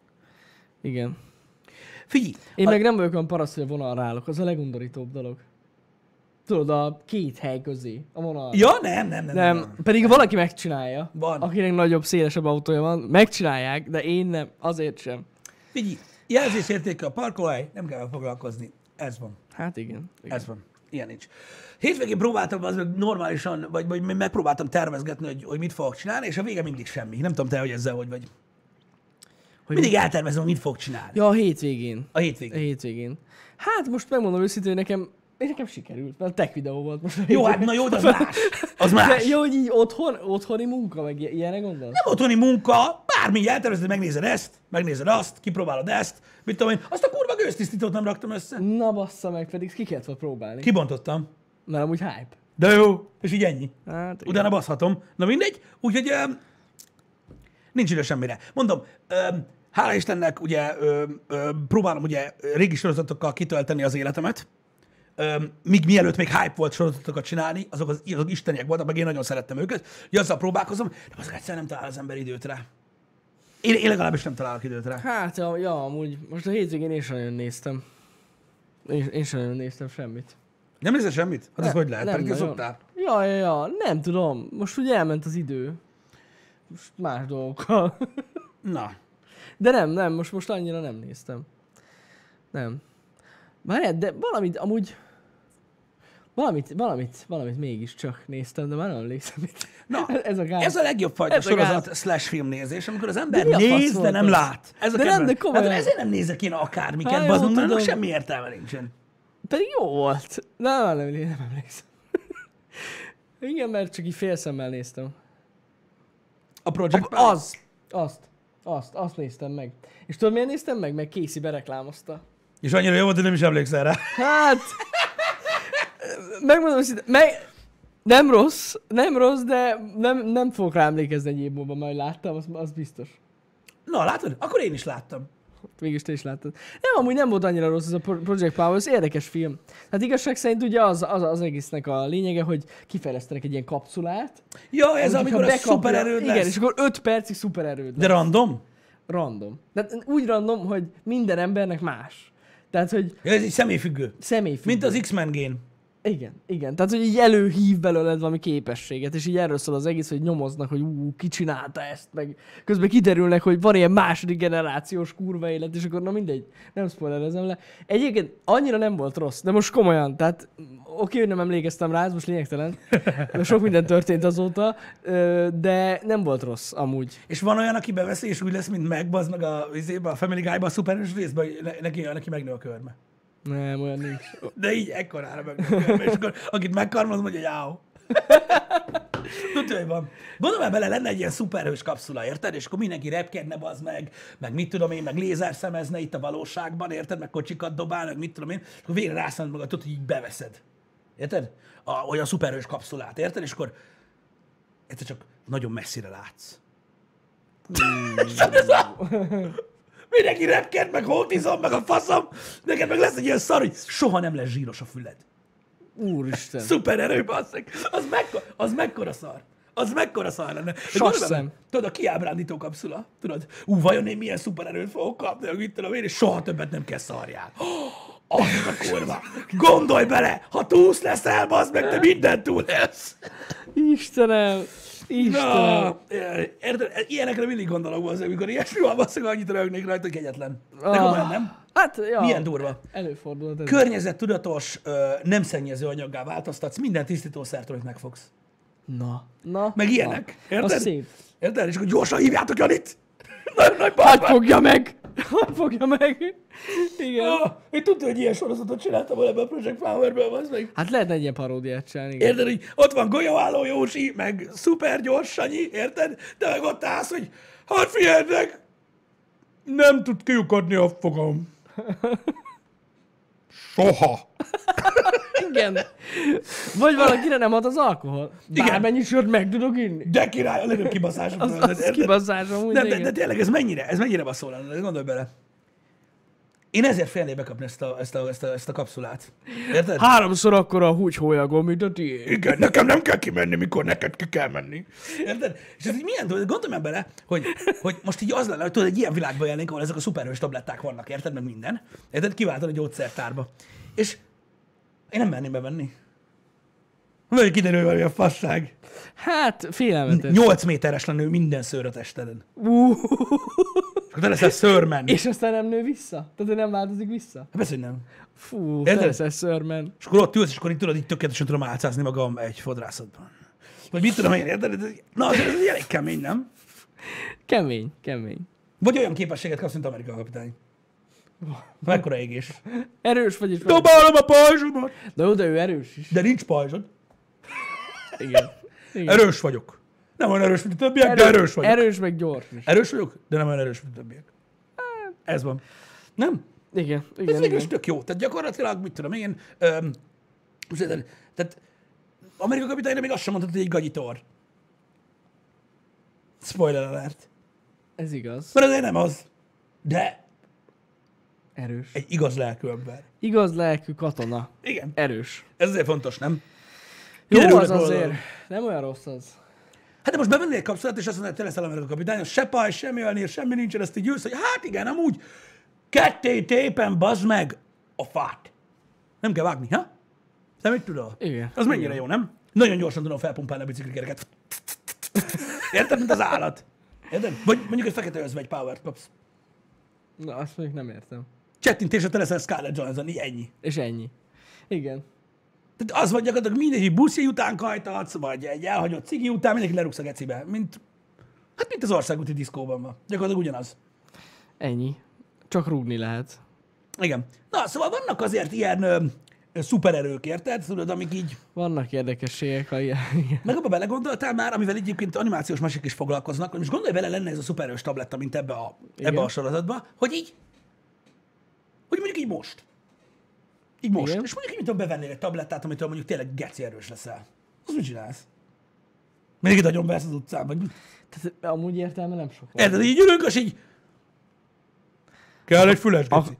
igen. Figyelj, Én a- meg nem vagyok olyan paraszt, hogy a vonalra állok. Az a legundorítóbb dolog. Tudod, a két hely közé, a vonal. Ja, nem, nem, nem. Nem, nem. pedig valaki megcsinálja, Van. akinek nagyobb, szélesebb autója van, megcsinálják, de én nem, azért sem. Figyelj, jelzésértékű a parkolóhely, nem kell vele foglalkozni. Ez van. Hát igen. igen. Ez van. Ilyen nincs. Hétvégén próbáltam az meg normálisan, vagy, vagy megpróbáltam tervezgetni, hogy, hogy mit fogok csinálni, és a vége mindig semmi. Nem tudom te, hogy ezzel hogy vagy. Hogy Mindig eltervezem, hogy mit fogok csinálni. Ja, a hétvégén. A A hétvégén. hétvégén. Hát most megmondom őszintén, hogy nekem, nekem sikerült, mert tech videó volt most. a Jó, hát hétvégén. na jó, de az más. Az más. De jó, hogy így otthon, otthoni munka, meg i- ilyenre gondolsz? Nem otthoni munka, bármi, eltervezed, megnézed ezt, megnézed azt, kipróbálod ezt, mit tudom én, azt a kurva gőztisztítót nem raktam össze. Na bassza meg, pedig ki kellett volna próbálni. Kibontottam. Mert amúgy hype. De jó, és így ennyi. Hát, igen. Utána baszhatom. Na mindegy, úgyhogy ö, nincs idő semmire. Mondom, ö, hála Istennek ugye ö, ö, próbálom ugye régi sorozatokkal kitölteni az életemet, ö, míg mielőtt még hype volt sorozatokat csinálni, azok az, azok isteniek voltak, meg én nagyon szerettem őket, hogy azzal próbálkozom, de azok egyszerűen nem talál az ember időt rá. Én, én legalábbis nem találok időt rá. Hát, ja, ja, amúgy most a hétvégén én sem nagyon néztem. Én, én sem nagyon néztem semmit. Nem nézel semmit? Hát ez Ne- hogy lehet? nem Pedig te nagyon. szoktál. Ja, ja, ja, nem tudom. Most ugye elment az idő. Most más dolgokkal. Na. De nem, nem, most, most annyira nem néztem. Nem. Várjál, de valamit, amúgy... Valamit, valamit, valamit mégiscsak néztem, de már nem emlékszem mit. Na, ez a gáz. Ez a legjobb fajta Ez a sorozat gáz. slash filmnézés, amikor az ember De mi a fasz néz, de volt nem az? lát. Ez a De nem, kedvenc. de komolyan. Hát ezért nem nézek én akármiket, Hát jó, bazd meg, mert annak tudom. semmi értelme nincsen. Pedig jó volt. Nem, nem, nem, nem emlékszem. Igen, mert csak így félszemmel néztem. A Project A, az! Azt. Azt, azt néztem meg. És tudod, miért néztem meg? Meg Casey bereklámozta. És annyira jó volt, hogy nem is emlékszel rá. Hát... Megmondom, hogy meg... Nem rossz, nem rossz, de nem, nem fogok rá emlékezni egy év múlva, majd láttam, az, az biztos. Na, látod? Akkor én is láttam. Mégis te is láttad. Nem, amúgy nem volt annyira rossz ez a Pro- Project Power, ez érdekes film. Hát igazság szerint ugye az, az, az egésznek a lényege, hogy kifejlesztenek egy ilyen kapszulát. Ja, ez hogyha amikor a bekapja- szupererőd Igen, lesz. és akkor öt percig szupererőd lesz. De random? Random. De úgy random, hogy minden embernek más. Tehát, hogy Ja, ez egy személyfüggő. személyfüggő. Mint az X-Men gén. Igen, igen. Tehát, hogy így előhív belőled valami képességet, és így erről szól az egész, hogy nyomoznak, hogy ú, ki csinálta ezt, meg közben kiderülnek, hogy van ilyen második generációs kurva élet, és akkor na mindegy, nem spoilerezem le. Egyébként annyira nem volt rossz, de most komolyan, tehát oké, hogy nem emlékeztem rá, ez most lényegtelen, mert sok minden történt azóta, ö, de nem volt rossz amúgy. És van olyan, aki beveszi, és úgy lesz, mint meg, bazd meg a, a Family Guy-ban, a szuperhős részben, hogy ne- neki, neki megnő a körme. Nem, olyan nincs. De így ekkorára megnő a körme, és akkor akit megkarm, az mondja, hogy áó. Tudja, hogy van. Gondolom, bele lenne egy ilyen szuperhős kapszula, érted? És akkor mindenki repkedne, bazd meg, meg mit tudom én, meg lézerszemezne itt a valóságban, érted? Meg kocsikat dobál, meg mit tudom én, és akkor végre rászállod magad, tudod, hogy így beveszed. Érted? A, olyan szuperhős kapszulát, érted? És akkor egyszer csak nagyon messzire látsz. Mindenki repked, meg hótizom, meg a faszom, neked meg lesz egy ilyen szar, hogy soha nem lesz zsíros a füled. Úristen. Szuper erő, basszeg. Az, mekkora, az mekkora szar. Az mekkora szar lenne. De Sas gondolom, szem. tudod, a kiábrándító kapszula. Tudod, ú, vajon én milyen szuper erőt fogok kapni, hogy mit tudom én, és soha többet nem kell szarjál. Oh, az a kurva. Gondolj bele, ha túlsz leszel, bazd meg, te mindent túl lesz. Istenem. Istenem. Na, érted? Ilyenekre mindig gondolok, basszeg, amikor ilyesmi van, basszeg, annyit rögnék rajta, hogy kegyetlen. De Ah. komolyan nem? Hát, ja. Milyen durva. Előfordult ez. Környezettudatos, ö, nem szennyező anyaggá változtatsz, minden tisztítószert, amit megfogsz. Na. Na. Meg ilyenek. Na. Érted? Az szép. Érted? És akkor gyorsan hívjátok Janit! Nagyon nagy Hadd baj. fogja meg! Hadd fogja meg! Igen. Ah, én tudtam, hogy ilyen sorozatot csináltam volna ebbe a Project Flowerből, az meg. Hát lehetne egy ilyen paródiát csinálni. Igen. Érted, hogy ott van Golyóálló Józsi, meg szuper gyors Sanyi, érted? De meg ott állsz, hogy hát figyeljetek, nem tud kiukadni a fogam. Soha. Igen. Vagy valakire nem ad az alkohol. Igen. Bármennyi sört meg tudok inni. De király, a legnagyobb kibaszásom. Az, az kibaszás amúgy, Nem, de, igen. de tényleg, ez mennyire, ez mennyire baszó lenne, gondolj bele. Én ezért félnék bekapni ezt a, ezt a, ezt a, ezt a kapszulát. Érted? Háromszor akkora a húgyhólyagom, mint a tiéd. Igen, nekem nem kell kimenni, mikor neked ki kell menni. Érted? És ez így milyen dolog? Gondolj meg bele, hogy, hogy most így az lenne, hogy tudod, egy ilyen világban élnénk, ahol ezek a szuperhős tabletták vannak, érted? Meg minden. Érted? Kiváltani a gyógyszertárba. És én nem merném bevenni. Vagy kiderül valami a fasság. Hát, félelmetes. Nyolc méteres lenne minden szőr a testeden. Uh, És akkor te leszel szőrmen. és aztán nem nő vissza? Tehát, hogy nem változik vissza? Hát persze, hogy nem. Fú, Érted? te leszel szörmen. És akkor ott ülsz, és akkor itt tudod, így tökéletesen tudom álcázni magam egy fodrászatban. Vagy mit tudom én, érted? Na, azért ez egy elég kemény, nem? Kemény, kemény. Vagy olyan képességet kapsz, mint Amerika kapitány. Mekkora égés. Erős vagy is. vagy. Dobálom a pajzsomat! De jó, de ő erős is. De nincs pajzsod. Igen. Igen. Erős vagyok. Nem olyan erős, mint a többiek, de erős vagyok. Erős meg gyors is. Erős vagyok, de nem olyan erős, mint a többiek. Ez van. Nem? Igen, Ez igen, végül is igen. tök jó. Tehát gyakorlatilag, mit tudom én, öm, tehát Amerika kapitányra még azt sem mondtad, hogy egy gagyitor. Spoiler alert. Ez igaz. Mert azért nem az. De Erős. egy igaz lelkű ember. Igaz lelkű katona. Igen. Erős. Ez azért fontos, nem? Jó Kiderülnek az róla azért. dolgok. Nem olyan rossz az. Hát de most bevennél egy kapszulát, és azt mondod, hogy te leszel Amerika kapitány, az se paj, semmi ölnél, semmi nincsen, ezt így jössz, hogy hát igen, amúgy ketté tépen, bazd meg a fát. Nem kell vágni, ha? Te mit tudod? Igen. Az mennyire jó, nem? Nagyon gyorsan tudom felpumpálni a biciklikereket. Érted, mint az állat? Érted? Vagy mondjuk egy fekete özvegy power-t kapsz. Na, azt mondjuk nem értem. Csettintésre te leszel Scarlett Johansson, így ennyi. És ennyi. Igen. Tehát az vagy gyakorlatilag mindegy, hogy buszi után kajtatsz, vagy egy elhagyott cigi után, mindenki lerúgsz a gecibe. Mint, hát mint az országúti diszkóban van. Gyakorlatilag ugyanaz. Ennyi. Csak rúgni lehet. Igen. Na, szóval vannak azért ilyen ö, ö, szupererők, érted? Tudod, amik így... Vannak érdekességek, ha ilyen. Igen. Meg abba belegondoltál már, amivel egyébként animációs mesik is foglalkoznak, hogy most gondolj vele, lenne ez a szupererős tabletta, mint ebbe a, ebbe a sorozatba, hogy így, hogy mondjuk így most. Így most. Igen. És mondjuk így, mint bevennél egy tablettát, amitől mondjuk tényleg geci erős leszel. Az mit csinálsz? Mindig nagyon versz az utcán, vagy mit? Tehát amúgy értelme nem sok van. Érted, így ülünk, és így... Kell egy füles geci.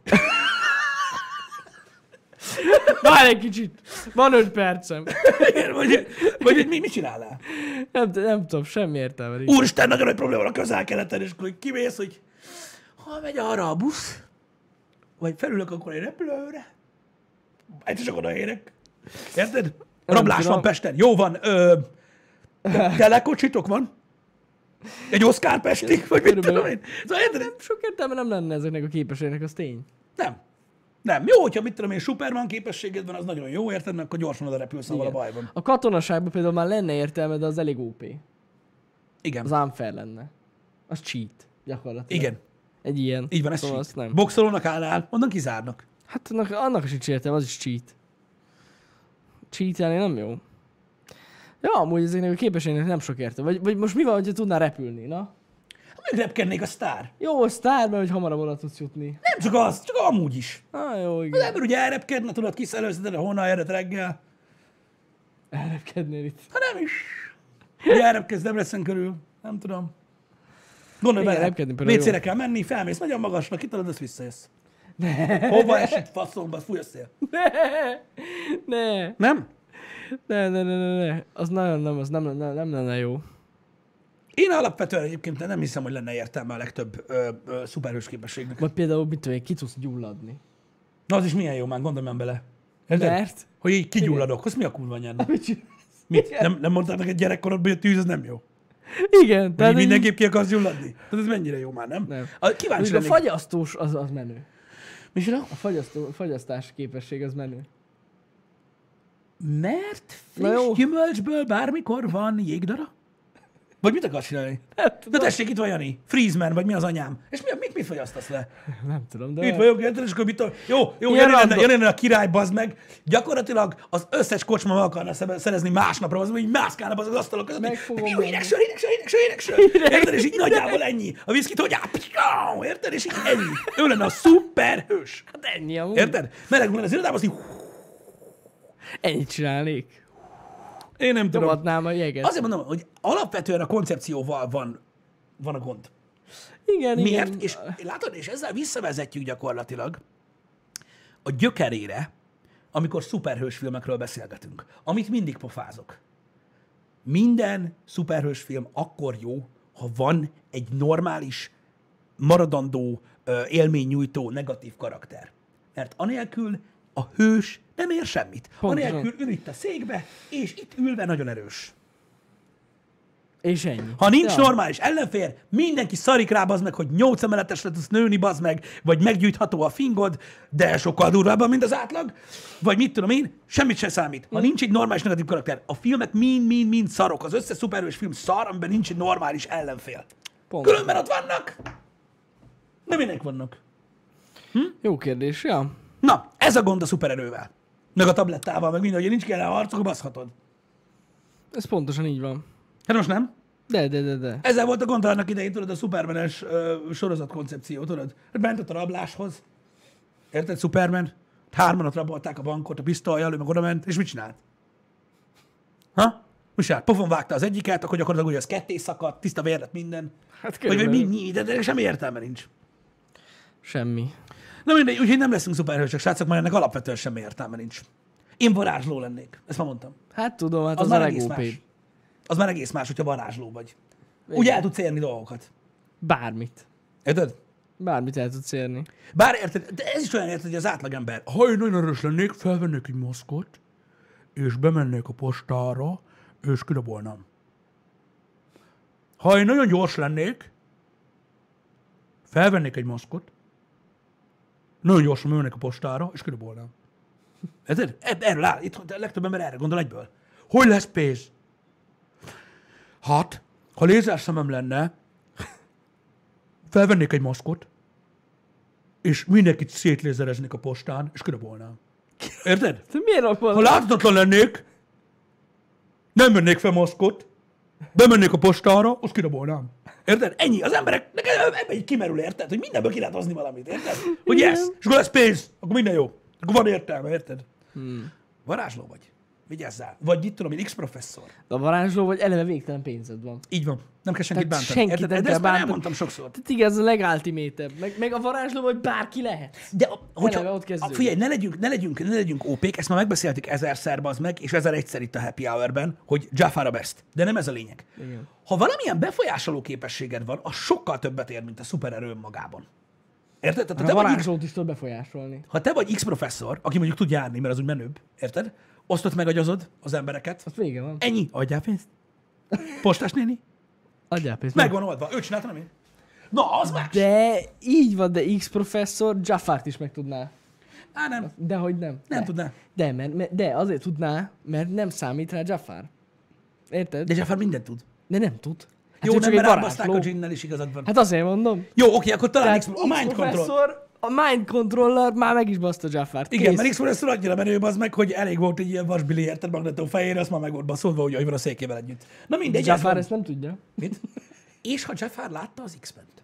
Várj egy kicsit! Van öt percem. Igen, vagy, vagy hogy mi, mit csinálnál? Nem, nem tudom, semmi értelme nincs. Úristen, nagyon nagy probléma van a közel-keleten, és akkor kimész, hogy ha megy arra a busz, vagy felülök akkor egy repülőre, egyszer csak odaérek, Érted? Rablás van Pesten. Jó van. Ö, telekocsitok van? Egy Oscar Pesti? Vagy mit tudom én? Szóval érted? Nem sok értelme nem lenne ezeknek a képességnek, az tény. Nem. Nem. Jó, hogyha mit tudom én, Superman képességed van, az nagyon jó, érted? Mert akkor gyorsan oda repülsz, ahol a baj van. A katonaságban például már lenne értelme, de az elég ó pé. Igen. Az unfair lenne. Az cheat, gyakorlatilag. Igen. Egy ilyen. Így van, ez Szóval cheat. azt nem. Boxolónak állnál, onnan kizárnak. Hát annak, annak is nincs értelme, az is cheat. Cheatelni nem jó. Ja, amúgy ezeknek a képességnek nem sok értelme. Vagy, vagy most mi van, hogyha tudnál repülni, na? Még repkednék a sztár. Jó, a sztár, mert hogy hamarabb oda tudsz jutni. Nem csak az, csak amúgy is. Ah, jó, Az igen. ember ugye elrepkedne, tudod, kiszelőzteted a honnan ered reggel. Elrepkednél itt. Ha nem is. Ugye elrepkedsz Debrecen körül, nem tudom. Gondolj Igen, bele, repkedni például vécére kell menni, felmész nagyon magasra, kitolod, azt visszajössz. Hova esett faszomba, fúj a szél. Ne, Nem? ne, ne, ne, ne, ne. Az nagyon nem, az nem, nem, nem lenne jó. Én alapvetően egyébként nem hiszem, hogy lenne értelme a legtöbb ö, ö, szuperhős képességnek. Vagy például, mit tudom én, ki tudsz gyulladni. Na az is milyen jó már, gondolj már bele. Érted? Mert? Hogy így kigyulladok, az mi a kurva nyerni? Mit csinálsz? Mit? Nem, nem mondtál neked gyerekkorodban, hogy a tűz az nem jó? Igen. Tehát így- mindenképp ki akarsz gyulladni? Tehát ez mennyire jó már, nem? Nem. A, kíváncsi A lennék. fagyasztós az, az menő. Micsoda? A fagyasztó, fagyasztás képesség az menő. Mert Na jó. friss gyümölcsből bármikor van jégdara? Vagy mit akarsz csinálni? Nem De tudom. tessék, itt van Jani. Freezeman, vagy mi az anyám? És mi, mit, mit fogyasztasz le? Nem tudom, de... Itt vagyok, érted, és akkor mit tudom. Jó, jó, Ilyen Jani lenne, random. Jani lenne a király, bazd meg. Gyakorlatilag az összes kocsma meg akarna szebe- szerezni másnapra, az, hogy mászkálna az asztalok között. Meg hogy fogom Jó, venni. éneksör, éneksör, éneksör, éneksör. Érted, és így nagyjából ennyi. A viszkit hogy áll, érted, és így ennyi. Ő lenne a szuperhős. Hát ennyi amúgy. Érted? Meleg lenne az irodában, azt így... Ennyit csinálnék. Én nem tudom. Dobatnám a jeget. Azért mondom, hogy alapvetően a koncepcióval van, van a gond. Igen, Miért? igen. És látod, és ezzel visszavezetjük gyakorlatilag a gyökerére, amikor szuperhős filmekről beszélgetünk, amit mindig pofázok. Minden szuperhős film akkor jó, ha van egy normális, maradandó, ö, élménynyújtó negatív karakter. Mert anélkül a hős nem ér semmit. Pontosan. Anélkül ül itt a székbe, és itt ülve nagyon erős. És ennyi. Ha nincs Ja. normális ellenfél, mindenki szarik rá, bazd meg, hogy nyolc emeletes le tudsz nőni, bazd meg, vagy meggyújtható a fingod, de sokkal durvábban, mint az átlag, vagy mit tudom én, semmit se számít. Ha nincs egy normális negatív karakter, a filmek mind-mind-mind szarok. Az összes szuperhős film szar, amiben nincs egy normális ellenfél. Pont. Különben ott vannak. De minek vannak? Jó kérdés, ja. Na, ez a gond a szupererővel. Meg a tablettával, meg minden, hogy nincs kell a harcok, baszhatod. Ez pontosan így van. Hát most nem? De, de, de, de. Ezzel volt a gond annak idején, tudod, a Supermanes ö, sorozat koncepció, tudod? Hát bent ott a rabláshoz. Érted, Superman? Hárman ott rabolták a bankot, a pisztolyjal, ő meg oda ment, és mit csinált? Ha? Mi csinált? Pofon vágta az egyiket, akkor gyakorlatilag ugye az ketté szakadt, tiszta vér lett minden. Hát Vagy, vagy mi, körülbelül. mi, de, de semmi értelme nincs. Semmi. Na mindegy, úgyhogy nem leszünk szuperhősök, srácok, mert ennek alapvetően semmi értelme nincs. Én varázsló lennék, ezt már mondtam. Hát tudom, hát Az, az, már a egész más. legópébb. Az már egész más, hogyha varázsló vagy. Igen. Úgy el tudsz érni dolgokat. Bármit. Érted? Bármit el tudsz érni. Bár érted, de ez is olyan érted, hogy az átlagember, ha én nagyon erős lennék, felvennék egy maszkot, és bemennék a postára, és kirabolnám. Ha én nagyon gyors lennék, felvennék egy maszkot, nagyon gyorsan mennék a postára, és kirabolnám. Érted? Eb- Erről áll, itt a legtöbb ember erre gondol egyből. Hogy lesz pénz? Hát, ha lézerszemem lenne, felvennék egy maszkot, és mindenkit szétlézereznék a postán, és kirabolnám. Érted? De miért Ha akkor? láthatatlan lennék, nem vennék fel maszkot, bemennék a postára, azt kirabolnám. Érted? Ennyi. Az emberek, ebben így kimerül, érted? Hogy mindenből ki lehet hozni valamit, érted? Hogy Igen. yes, és akkor lesz pénz, akkor minden jó. Akkor van értelme, érted? Hmm. Varázsló vagy. Vigyázzál. Vagy itt tudom, én X-professzor. De a varázsló vagy eleve végtelen pénzed van. Így van. Nem kell senkit Tehát bántani. senkit Érted? nem De kell ezt már bántani. elmondtam sokszor. Tehát igen, ez a legaltimétebb. Meg, meg a varázsló vagy bárki lehet. De a- hogyha, Eleve ott a, kezdődik. figyelj, ne legyünk, ne legyünk, ne legyünk ó pék, ezt már megbeszéltük ezerszer, az meg, és ezer egyszer itt a Happy Hour-ben, hogy Jafar a best. De nem ez a lényeg. Igen. Ha valamilyen befolyásoló képességed van, az sokkal többet ér, mint a szupererő magában. Érted? Tehát, ha, A te vagy X, varázslót is tud befolyásolni. ha te vagy X-professzor, aki mondjuk tud járni, mert az úgy menőbb, érted? osztott megagyazod az embereket. Az vége van. Ennyi. Adjál pénzt. Postás néni. Adjál pénzt. Meg van oldva. Ő csinálta, nem én. Na, az más. De így van, de X professzor Jaffart is meg tudná. Á, nem. De hogy nem. Nem de. tudná. De, mert, mert, de azért tudná, mert nem számít rá Jaffar. Érted? De De, Jafar mindent tud. de nem tud. Hát Jó, ő nem, csak egy mert rábaszták a varázsló. Jinnel is igazad van. Hát azért mondom. Jó, oké, akkor talán Tehát X, a mind control. professzor, a mind controller már meg is baszta Jaffart. Igen, Kész. mert X professzor annyira menő az meg, hogy elég volt egy ilyen vasbili érted magnetó fejére, azt már meg volt baszolva, hogy van a székével együtt. Na mindegy, ez Jaffar van. ezt nem tudja. Mit? És ha Jafar látta az X-ment,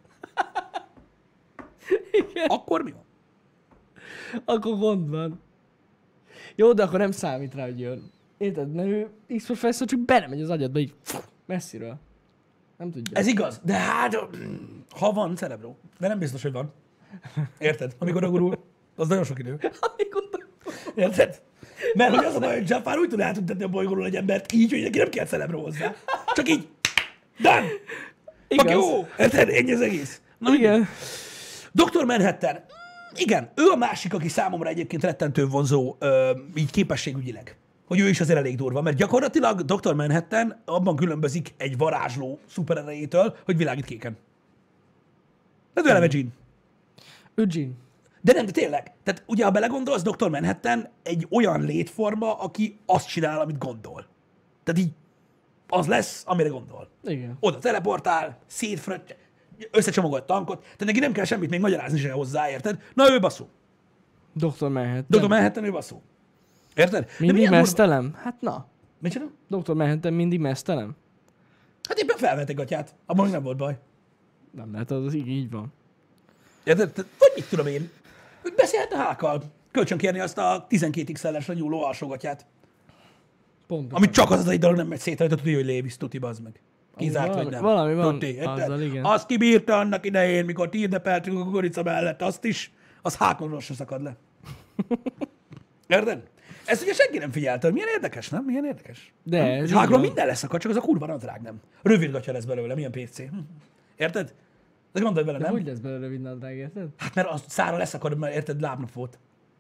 akkor mi van? Akkor gond van. Jó, de akkor nem számít rá, hogy jön. Érted? Mert ő X professzor csak belemegy az agyadba így messziről. Nem tudja. Ez igaz, de hát, ha van cerebró, de nem biztos, hogy van. Érted? Amikor gurul, az nagyon sok idő. Amikor... Érted? Mert hogy az a baj, hogy Jafar úgy tud átüntetni a bolygóról egy embert így, hogy neki nem kell cerebró hozzá. Csak így. Done! Igaz. Oké, jó. Érted? Ennyi az egész. Na, Igen. doktor Manhattan. Igen, ő a másik, aki számomra egyébként rettentő vonzó, ö, így képességügyileg. Hogy ő is azért elég durva, mert gyakorlatilag doktor Manhattan abban különbözik egy varázsló szupererejétől, hogy világít kéken. Ez ő eleve Jean. Ő Jean. De nem, de tényleg. Tehát ugye, ha belegondolsz, doktor Manhattan egy olyan létforma, aki azt csinál, amit gondol. Tehát így az lesz, amire gondol. Igen. Oda teleportál, szétfröccse, összecsomagol a tankot, tehát neki nem kell semmit még magyarázni se hozzá, érted? Na ő baszó. doktor Manhattan. doktor Manhattan, ő baszó. Érted? De Mindig milyen durva- mesztelem? Hát na. Mit csinál? doktor Manhattan mindig mesztelem? Hát éppen felvettek gatyát. Abban még nem volt baj. Nem lehet, az így, így van. Érted? Tehát, vagy mit tudom én? Hogy beszélhet a hákkal. Kölcsön kérni azt a tizenkét iksz el-esre nyúló alsógatyát. Pontosan. Amit csak az az egy dolog nem megy szét rajta, tudja, hogy Lévis, tuti, bazd meg. Kizárt valami- vagy nem. valami van Tuti, érted? azzal, igen. Azt kibírta annak idején, mikor tírdepeltünk a kukorica mellett, azt is, az hákonról se szakad le. Érted? Ezt ugye senki nem figyelte, milyen érdekes, nem? Milyen érdekes. De Nem? ez És így hákról van. minden leszakad, csak az a kurva nadrág nem. Rövid gatya lesz belőle, milyen pé cé. Hm. Érted? De gondolj bele, De nem? hogy lesz belőle rövid nadrág, érted? Hát mert a szára leszakad, mert érted, lábnap volt.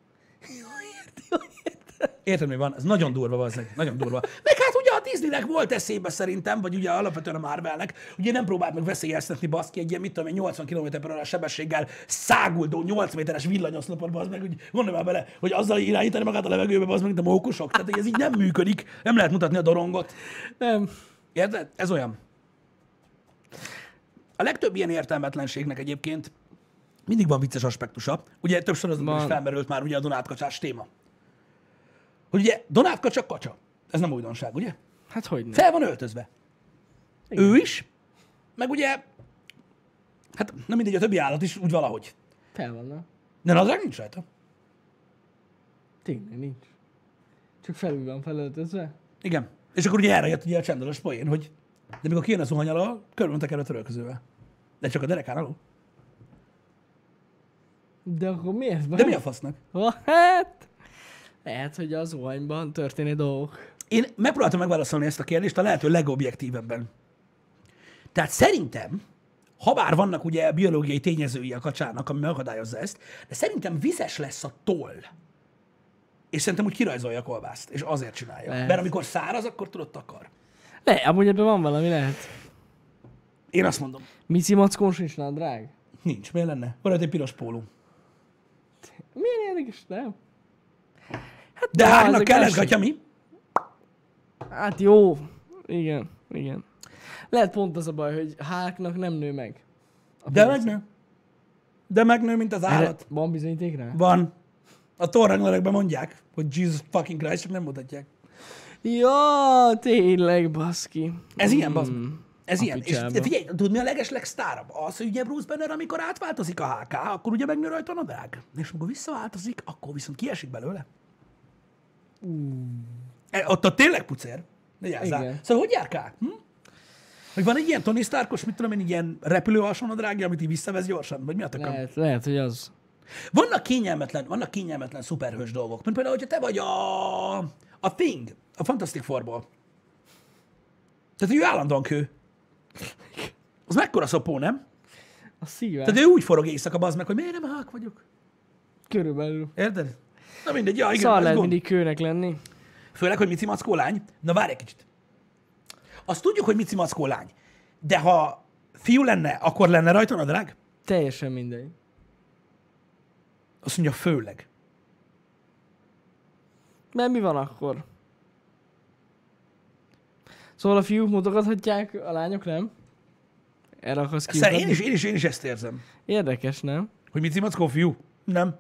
Érted, mi van? Ez nagyon durva, valószínűleg. Nagyon durva. Meg hát ugye a Disneynek volt eszébe szerintem, vagy ugye alapvetően a Marvelnek, ugye nem próbált meg veszélyeztetni baszki egy ilyen, mit tudom én, nyolcvan kilométer per órás sebességgel száguldó nyolc méteres villanyoszlopot, bazd meg, hogy gondolj már bele, hogy azzal irányítani magát a levegőbe, bazd meg, mint a mókusok. Tehát hogy ez így nem működik, nem lehet mutatni a dorongot. Nem. Érted? Ez olyan. A legtöbb ilyen értelmetlenségnek egyébként mindig van vicces aspektusa. Ugye több sorozatban is Van. felmerült már ugye a donátkacsás téma. Hogy ugye donátkacsa kacsa. Ez nem újdonság, ugye? Hát hogy nem. Fel van öltözve. Igen. Ő is, meg ugye, hát nem mindegy, a többi állat is úgy valahogy. Fel vannak. De nadrág nincs rajta. Tényleg nincs. Csak felül van felöltözve. Igen. És akkor ugye erre jött ugye a csendeles poén, hogy de mikor kijön a zuhany alól, körül teker a törölközővel. De csak a derekán alul. De akkor miért van? De mi a fasznak? Ha, hát... Lehet, hogy az zuhanyban történő dolgok. Én megpróbáltam megválaszolni ezt a kérdést a lehető legobjektívebben. Tehát szerintem, ha bár vannak ugye biológiai tényezői a kacsának, ami megakadályozza ezt, de szerintem vizes lesz a toll. És szerintem úgy kirajzolja a kolbászt, és azért csinálja. Lehet. Mert amikor száraz, akkor tudod takar. Le, amúgy ebben van valami, lehet. Én azt mondom, Mici mackón sincs nadrág? nincs, miért lenne? Van ott egy piros póló. Milyen érdekes, nem? Hát De na, hágnak ezek kellett, esik. gatya, mi? Hát jó. Igen, igen. Lehet pont az a baj, hogy háknak nem nő meg. A De pénz. megnő. De megnő, mint az Erre állat. van bizonyíték rá? Van. A Thor Ragnarekben mondják, hogy Jesus fucking Christ, csak nem mutatják. Ja, tényleg, baszki. Ez ilyen, bazd meg. Ez a ilyen. És picsába. figyelj, tudod mi a legesleg sztárabb? Az, hogy ugye Bruce Banner, amikor átváltozik a há ká, akkor ugye megnő rajta a nadrág. És amikor visszaváltozik, akkor viszont kiesik belőle. E, ott, ott tényleg pucér. Vigyázzál. Igen. Szóval hogy járkál? Hm? Hogy van egy ilyen Tony Starkos, mit tudom én, ilyen repülő alsónadrágja, amit így visszavesz gyorsan? Vagy mi a tököm? Lehet, lehet, hogy az. Vannak kényelmetlen, vannak kényelmetlen szuperhős dolgok. Mint például, hogyha te vagy a, a Thing, a Fantastic Fourból. Tehát ő állandóan kő. Az mekkora szopó, nem? A szíve. Tehát ő úgy forog éjszaka, bazd meg, hogy miért nem hák vagyok. Körülbelül. Érted? Na mindegy, ja, igen, Szóval ez lehet gond. mindig kőnek lenni. Főleg, hogy Mici Mackó lány. Na várj egy kicsit. Azt tudjuk, hogy Mici Mackó lány. De ha fiú lenne, akkor lenne rajta nadrág? Teljesen mindegy. Azt mondja, főleg. Mert mi van akkor? Szóval a fiúk mutogathatják, a lányok nem? Erre akarsz Szerintem én kiutatni? is, én is, én is ezt érzem. Érdekes, nem? Hogy Mici Mackó fiú? Nem.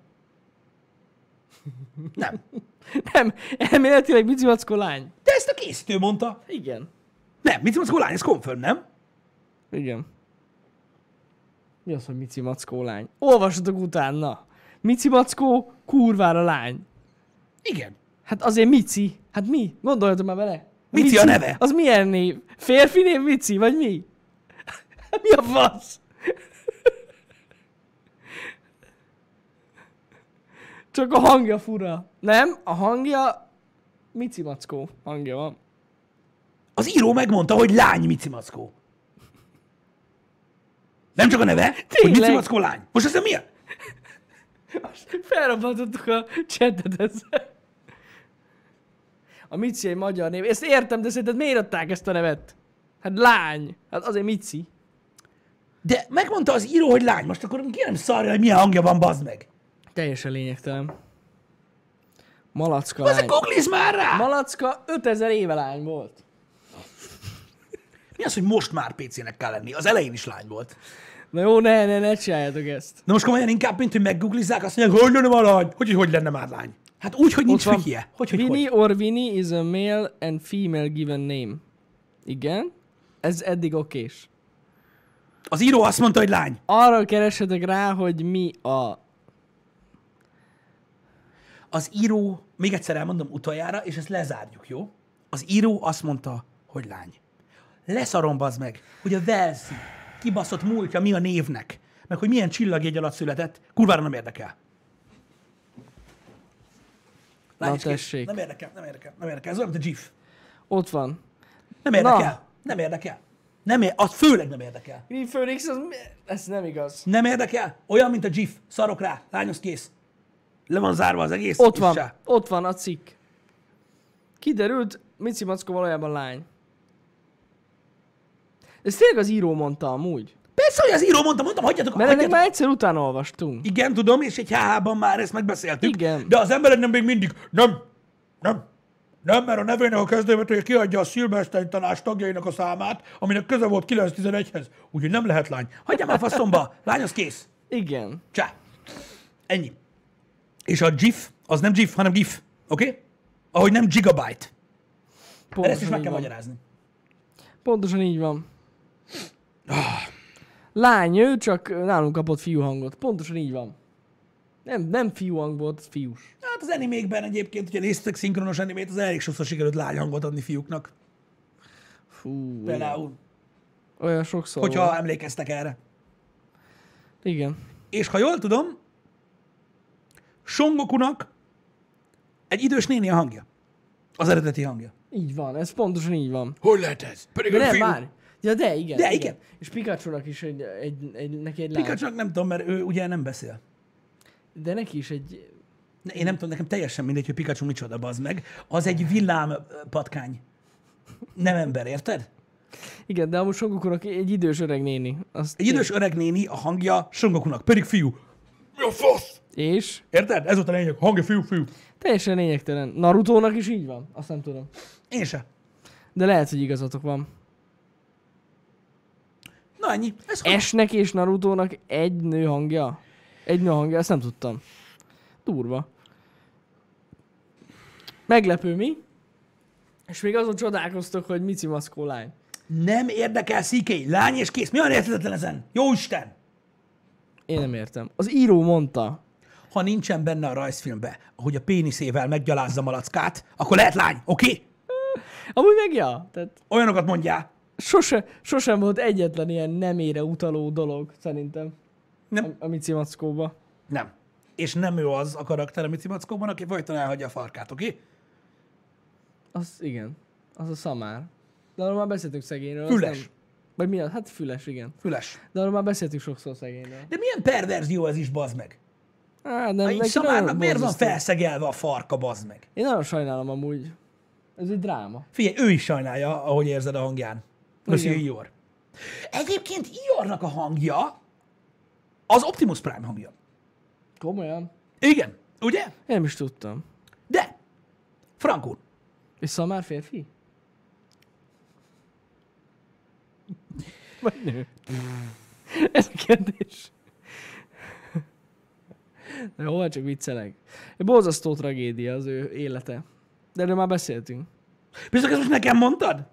Nem. Nem, elméletileg Mici Mackó lány. De ezt a készítő mondta. Igen. Nem, Mici Mackó lány, ez confirm, nem? Igen. Mi az, hogy Mici Mackó lány? Olvassatok utána. Mici Mackó kurvára lány. Igen. Hát azért Mici. Hát mi? Gondoljatok már vele. Mici a neve. Az milyen név? Férfi név Mici, vagy mi? Mi a fasz? Csak a hangja fura. Nem, a hangja Mici Mackó hangja van. Az író megmondta, hogy lány Mici Mackó. Nem csak a neve, hogy Tényleg? Mici Mackó lány. Most ez mi? Felrobbantottuk a csetet ezzel. A Mici egy magyar név. Ezt értem, de szerinted miért adták ezt a nevet? Hát lány. Hát azért Mici. De megmondta az író, hogy lány. Most akkor kérem szarja, hogy milyen hangja van, bazd meg. Teljesen lényegtelen. Malacka Bazd lány. meg, googliz már rá! Malacka ötezer éve lány volt. Mi az, hogy most már pé cének kell lenni? Az elején is lány volt. Na jó, ne, ne, ne csináljátok ezt. Na most komolyan inkább, mint hogy meggooglizzák, azt mondják, hogy lenne már lány. Hogy, hogy lenne már lány? Hát úgy, hogy nincs Ott van. fihje. Hogy, hogy, Winnie hogy. or Winnie is a male and female given name. Igen. Ez eddig okés. Az író azt mondta, hogy lány. Arra keresetek rá, hogy mi a... Az író, még egyszer elmondom utoljára, és ezt lezárjuk, jó? Az író azt mondta, hogy lány. Leszarom, bazd meg, hogy a Velszi kibaszott múltja mi a névnek, meg hogy milyen csillagjegy alatt született, kurvára nem érdekel. Lány Na és kész. tessék. Nem érdekel, nem érdekel, nem érdekel. Ez olyan, mint a GIF. Ott van. Nem érdekel, Na. nem érdekel. Nem ér, az főleg nem érdekel. Mi Phoenix, az... Ez nem igaz. Nem érdekel? Olyan, mint a GIF. Szarok rá, lányos kész. Le van zárva az egész. Ott és van. se. Ott van a cikk. Kiderült, Mici Mackó valójában lány. Ez tényleg az író mondta amúgy. Persze, hogy az író mondta, mondtam, hagyjatok, Mert ennek hagyjatok. már egyszer utána olvastunk. Igen, tudom, és egy há há-ban már ezt megbeszéltük. Igen. De az emberek nem még mindig, nem, nem, nem, mert a nevének a kezdővetője kiadja a Szilveszteri Tanács tagjainak a számát, aminek köze volt kilenc tizenegyhez, úgyhogy nem lehet lány. Hagyjam már faszomba, lány az kész. Igen. Csá. Ennyi. És a GIF, az nem GIF, hanem GIF, oké? Okay? Ahogy nem gigabyte. Mert ezt is meg így kell van. magyarázni. Pontosan így van. Lány, ő csak nálunk kapott fiú hangot. Pontosan így van. Nem, nem fiú hang volt, fiús. Hát az animékben egyébként, hogyha néztek szinkronos animét, az elég sokszor sikerült lány hangot adni fiúknak. Fú, Például, olyan sokszor hogyha volt. emlékeztek erre. Igen. És ha jól tudom, Son Gokunak egy idős néni a hangja. Az eredeti hangja. Így van, ez pontosan így van. Hogy lehet ez? Pedig De a nem, fiú. várj. Ja, de igen. De igen. És Pikachu-nak is egy, egy, egy, neki egy lány. Pikachu-nak nem tudom, mert ő ugye nem beszél. De neki is egy... Ne, én nem tudom, nekem teljesen mindegy, hogy Pikachu micsoda, bazd meg. Az egy villám ö, patkány. Nem ember, érted? Igen, de amúgy Son Gokunak egy idős öreg néni. Azt Egy idős öreg néni a hangja Son Gokunak, pedig fiú. Mi a fasz? És? Érted? Ez volt a lényeg. Hangja fiú, fiú. Teljesen lényegtelen. Narutónak is így van? Azt nem tudom. Én se. De lehet, hogy igazatok van. Na ennyi. Ez hogy... Esnek és Narutónak egy nő hangja? Egy nő hangja, ezt nem tudtam. Durva. Meglepő, mi? És még azon csodálkoztok, hogy Mici Mackó lány. Nem érdekel szíkély. Lány és kész. Mi olyan érthetetlen ezen? Jó Isten! Én nem értem. Az író mondta. Ha nincsen benne a rajzfilmbe, ahogy a péniszével meggyalázza malackát, akkor lehet lány, oké? Okay? Amúgy meg ja. Tehát Olyanokat mondjál. sose, sosem volt egyetlen ilyen nemére utaló dolog, szerintem. Nem. A, a Mici Mackóba. Nem. És nem ő az a karakter a Mici Mackóban, aki folyton elhagyja a farkát, oké? Okay? Az igen. Az a szamár. De arról már beszéltünk szegényről. az Füles. Nem... Vagy mi az? Hát füles, igen. Füles. De arról már beszéltünk sokszor szegényről. De milyen perverzió ez is, bazd meg? Á, de Ha így neki szamárnak nagyon miért van borzasztó. felszegelve a farka, bazd meg? Én nagyon sajnálom amúgy. Ez egy dráma. Figyelj, ő is sajnálja, ahogy érzed a hangján. Köszi, Igen. Ior. Egyébként Iornak a hangja az Optimus Prime hangja. Komolyan? Igen, ugye? Én nem is tudtam. De, frankul. És Szamár férfi? Vagy nő? Ez a kérdés. De hol csak viccelek. Egy borzasztó tragédia az ő élete. De erről már beszéltünk. Biztos, ezt most nekem mondtad?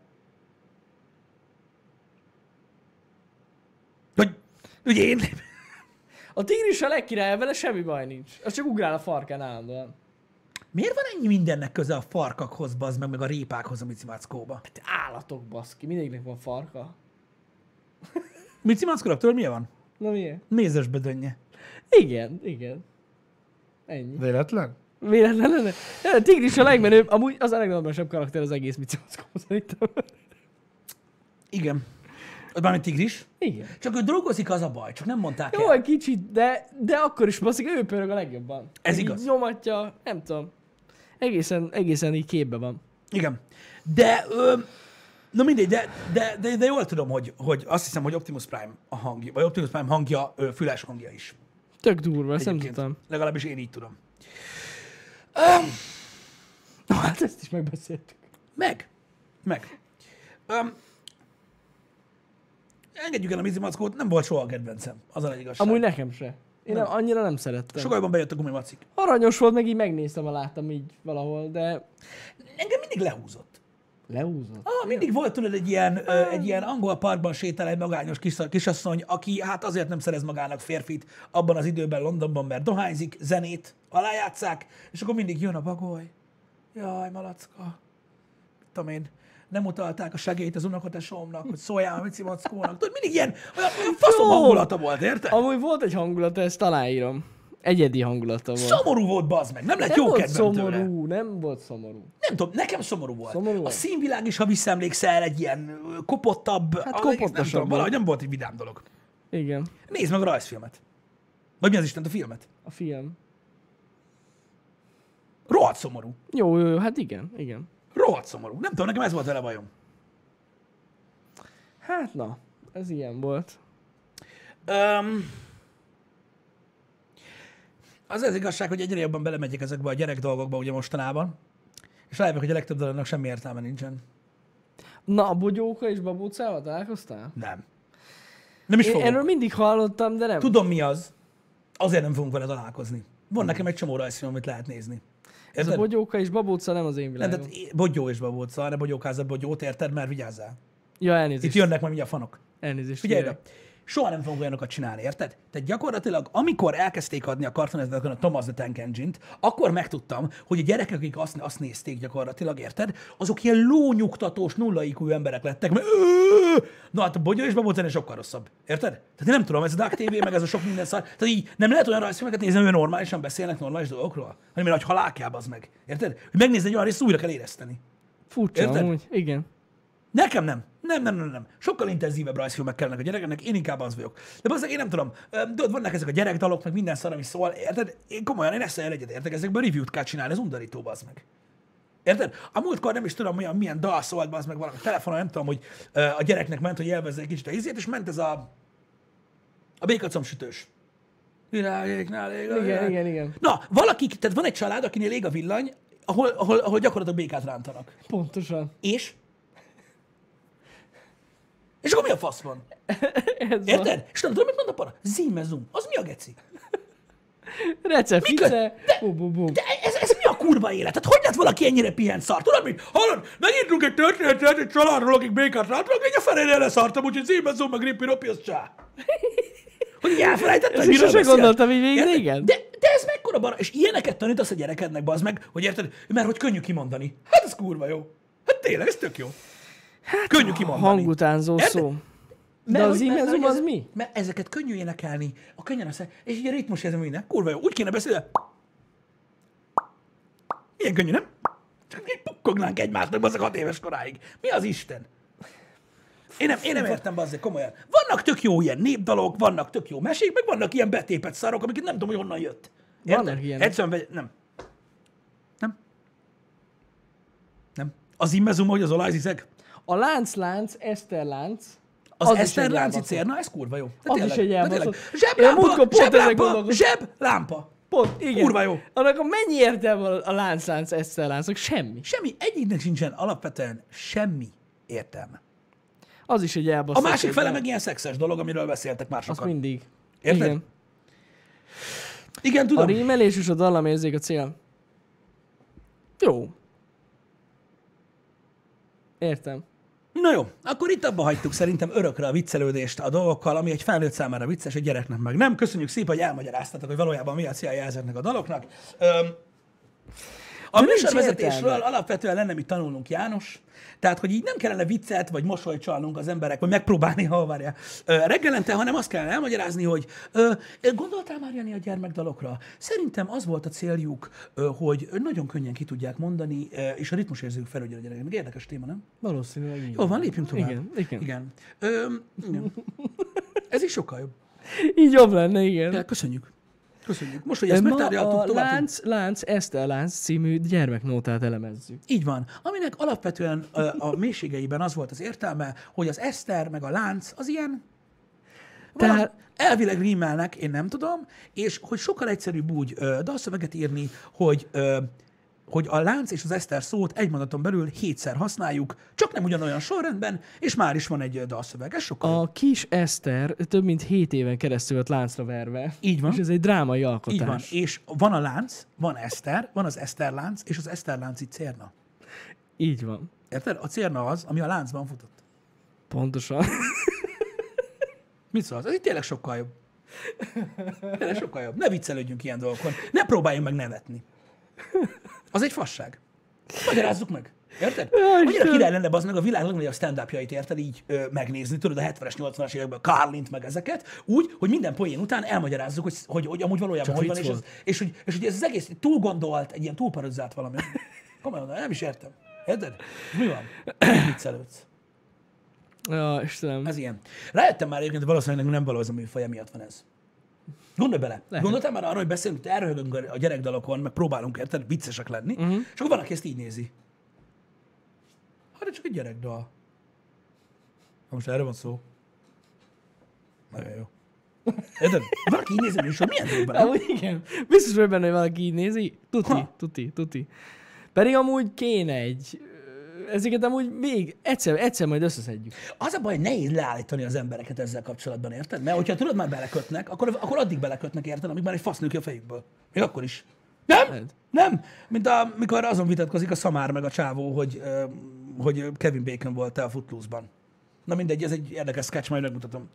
Hogy, hogy én... A tigris a legkirályabb, vele semmi baj nincs. Az csak ugrál a farkán állandóan. Miért van ennyi mindennek köze a farkakhoz, bazd meg, meg a répákhoz a micimackóba? Hát állatok, baszki. Mindegyiknek van farka. Micimackónak tudod, milyen van? Na miért? Mézes bedönnye. Igen, igen. Ennyi. Véletlen? Véletlen lenne. A tigris a legmenőbb, amúgy az a legnormálisabb karakter az egész micimackó szerintem. Igen. Az bármi tigris. Igen. Csak ő dolgozik, az a baj, csak nem mondták Jó, el. egy kicsit, de, de akkor is baszik, ő pörög a legjobban. Ez Így igaz. nyomatja, nem tudom. Egészen, egészen így képbe van. Igen. De, ö, na mindegy, de, de, de, de jól tudom, hogy, hogy azt hiszem, hogy Optimus Prime a hangja, vagy Optimus Prime hangja, ö, füles hangja is. Tök durva, ezt nem Egyébként. tudtam. Legalábbis én így tudom. Na, hát ezt is megbeszéltük. Meg. Meg. Um, engedjük el a Mizimackót, nem volt soha a kedvencem. Az a igazság. Amúgy nekem se. Én nem. annyira nem szerettem. Sokkal jobban bejött a gumimacik. Aranyos volt, meg így megnéztem, ha láttam így valahol, de Engem mindig lehúzott. leúzott. Ah, mindig volt tudod egy ilyen, ö, egy ilyen angol parkban sétál egy magányos kis, kisasszony, aki hát azért nem szerez magának férfit abban az időben Londonban, mert dohányzik, zenét alájátszák, és akkor mindig jön a bagoly. Jaj, malacka. Mit tudom én, nem utalták a segélyt az unokatesómnak, hogy szóljál a Micimackónak. Tudod, mindig ilyen, olyan, olyan faszom Jó. hangulata volt, érted? Amúgy volt egy hangulata, ezt aláírom. Egyedi hangulata volt. Szomorú volt, bazd meg, nem lett nem jó volt kedvem tőle. szomorú, nem volt szomorú. Nem tudom, nekem szomorú volt. Szomorú a volt? színvilág is, ha visszaemlékszel, egy ilyen ö, kopottabb, Hát az egész, nem kopottasabb tudom, volt. valahogy nem volt egy vidám dolog. Igen, Nézd meg a rajzfilmet. Vagy mi az Isten, a filmet? a film. Rohadt szomorú. Jó, jó, jó, hát igen, igen. Rohadt szomorú. Nem tudom, nekem ez volt vele bajom. Hát na, ez ilyen volt. Um, az az igazság, hogy egyre jobban belemegyek ezekbe a gyerek dolgokba ugye mostanában, és rájövök, hogy a legtöbb dolognak semmi értelme nincsen. Na, a bogyóka és babócával találkoztál? Nem. Nem is Én fogok. erről mindig hallottam, de nem. Tudom mi az, azért nem fogunk vele találkozni. Van nekem egy csomó rajzfilm, amit lehet nézni. Ez a Érted? bogyóka és babóca nem az én Nem, világom. tehát bogyó és babóca, ne bogyókázzad bogyót, érted? Mert vigyázzál. Ja, Itt elnézést. jönnek majd mindjárt fanok. Elnézést. Figyelj kérek. ide, soha nem fogunk olyanokat csinálni, érted? Tehát gyakorlatilag, amikor elkezdték adni a Cartoon Networkön a Thomas the Tank Engine-t, akkor megtudtam, hogy a gyerekek, akik azt, azt nézték gyakorlatilag, érted? Azok ilyen lónyugtatós, nulla í kú emberek lettek, mert na hát a bogyó és babóc ennél sokkal rosszabb, érted? Tehát én nem tudom, ez a Duck té vé, meg ez a sok minden szar. Tehát így nem lehet olyan rajzfilmeket nézni, hogy normálisan beszélnek normális dolgokról, hanem hogy halálkjába az meg, érted? Hogy megnézni egy olyan részt, újra kell érezteni. Furcsa Érted? amúgy. Igen. Nekem nem. Nem, nem, nem, nem. Sokkal intenzívebb rajzfilmek kellene a gyerekeknek, én inkább az vagyok. De bazdmeg, én nem tudom, tudod, vannak ezek a gyerekdalok, meg minden szar, ami szól, érted? Én komolyan, én ezt egyet értek, ezekből review-t kell csinálni, ez undorító, bazd meg. Érted? A múltkor nem is tudom, milyen, milyen dal szólt, bazd meg valami telefonon, nem tudom, hogy a gyereknek ment, hogy élvezze egy kicsit a ízét, és ment ez a, a békacombsütős. Virágéknál ég a Igen, virág. igen, igen. Na, valaki, tehát van egy család, akinél ég a villany, ahol, ahol, ahol gyakorlatilag békát rántanak. Pontosan. És? És akkor mi a fasz van? Ez van. Érted? És nem tudom, mit mond a para? Zímezum. Az mi a geci? Recept, Mikor- fice, de- bum, bum, bum. De ez, ez mi a kurva élet? Tehát hogy lett valaki ennyire pihent szar? Tudod mit? Hallod? Megírtunk egy történetet egy családról, akik békát rántanak, így a felére leszartam, úgyhogy zímezum, meg rippi ropi, az csá. Hogy így elfelejtettem, Ezt miről sose beszélt? gondoltam így végre, Érted? igen. De, de ez mekkora bar... És ilyeneket tanítasz a gyerekednek, bazd meg, hogy érted? Mert hogy könnyű kimondani. Hát ez kurva jó. Hát tényleg, ez tök jó. Hát könnyű kimondani. Hangutánzó Érted? szó. De Mert az hogy- mert- imenzum hogy az ez- mi? Mert ezeket könnyű énekelni, a könnyen össze, és így a ritmus ez minden. Kurva jó. Úgy kéne beszélni. Milyen könnyű, nem? Csak így pukkognánk egymásnak, bazzak hat éves koráig. Mi az Isten? Én nem, én nem értem, bazzak, komolyan. Vannak tök jó ilyen népdalok, vannak tök jó mesék, meg vannak ilyen betépett szarok, amiket nem tudom, hogy honnan jött. Érted? Vannak ilyenek. Egyszerűen, vegy- nem. Nem. Nem. Az immezum, hogy az olajzizek. A lánc-lánc, Eszter-lánc, Az, az is Eszter egy lánci elbaszott. cérna, ez kurva jó. De Az tényleg, is egy de tényleg. elbaszott. Én Zseblámpa, múltkor pont ezen zseblámpa, gondolkoztam. zseblámpa. Pont, igen. Kurva jó. Annak a mennyi értelme van a lánc-lánc, Eszter-láncnak? Semmi. Semmi, egyiknek sincsen alapvetően semmi értelme. Az is egy elbaszott. A másik fele egy- meg ilyen szexes dolog, amiről beszéltek már Az sokan. mindig. Érted? Igen. Igen, A tudom. rímelés és a dallamérzék a cél. Jó. Értem. Na jó, akkor itt abba hagytuk szerintem örökre a viccelődést a dolgokkal, ami egy felnőtt számára vicces, egy gyereknek meg nem. Köszönjük szépen, hogy elmagyaráztatok, hogy valójában mi a célja ezeknek a daloknak. Öm, a De nincs műsorvezetésről értelme. alapvetően lenne mit tanulnunk, János. Tehát, hogy így nem kellene viccet vagy mosolyt csalnunk az emberek, vagy megpróbálni, ha várja reggelente, hanem azt kellene elmagyarázni, hogy ö, gondoltál már, Jani, a gyermekdalokra? Szerintem az volt a céljuk, ö, hogy nagyon könnyen ki tudják mondani, ö, és a ritmusérzők felügyel a gyerekeknek. Érdekes téma, nem? Valószínűleg így. Jó van, lépjünk tovább. Igen, igen. igen. Ö, igen. Ez is sokkal jobb. Így jobb lenne, igen. De köszönjük. Köszönjük. Most, hogy ezt Ma megtárgyaltuk a tovább. Lánc, Lánc, Eszter Lánc című gyermeknótát elemezzük. Így van. Aminek alapvetően ö, a mélységeiben az volt az értelme, hogy az Eszter meg a lánc az ilyen Tehát- Tehát... elvileg rímelnek, én nem tudom, és hogy sokkal egyszerűbb úgy ö, dalszöveget írni, hogy, ö, hogy a lánc és az Eszter szót egy mondaton belül hétszer használjuk, csak nem ugyanolyan sorrendben, és már is van egy ö, dalszöveg. Ez sokkal jobb. A kis Eszter több mint hét éven keresztül lett láncra verve. Így van. És ez egy drámai alkotás. Így van. És van a lánc, van Eszter, van az Eszter lánc, és az Eszter lánci cérna. Így van. Érted? A cérna az, ami a láncban futott. Pontosan. Mit szólsz? Ez itt tényleg sokkal jobb. Tényleg sokkal jobb. Ne viccelődjünk ilyen dolgokon. Ne próbáljunk meg nevetni. Az egy fasság. Magyarázzuk meg. Érted? Annyira Istenem. király lenne az meg a világ legnagyobb stand-upjait, érted, így ö, megnézni, tudod, a hetvenes, nyolcvanas években Carlint meg ezeket, úgy, hogy minden poén után elmagyarázzuk, hogy, hogy, hogy amúgy valójában Csak hogy van, vicc és, ez, volt. és, hogy, és hogy ez az egész túl gondolt, egy ilyen túlparodizált valami. Komolyan mondom, nem is értem. Érted? Mi van? Mit viccelődsz? Ja, Istenem. Ez ilyen. Rájöttem már egyébként, hogy valószínűleg nekünk nem való az a műfaja miatt van ez. Gondolj bele. Lehet. Gondoltál már arra, hogy beszélünk, hogy elröhögünk a gyerekdalokon, meg próbálunk, érted, viccesek lenni, uh-huh. és akkor van, aki ezt így nézi. Hát de csak egy gyerekdal. Ha most erre van szó. Nagyon jó. Érted? Van, aki így nézi, és milyen dolgban? Amúgy igen. Biztos vagy benne, hogy valaki így nézi. Tuti, Ha. tuti, tuti. Pedig amúgy kéne egy... Ezeket amúgy még egyszer, egyszer majd összeszedjük. Az a baj, hogy nehéz leállítani az embereket ezzel kapcsolatban, érted? Mert hogyha tudod, már belekötnek, akkor, akkor addig belekötnek, érted, amíg már egy fasz nő ki a fejükből. Még akkor is. Nem? Lehet. Nem? Mint amikor azon vitatkozik a szamár meg a csávó, hogy, ö, hogy Kevin Bacon volt a Footloose-ban. Na mindegy, ez egy érdekes sketch, majd megmutatom.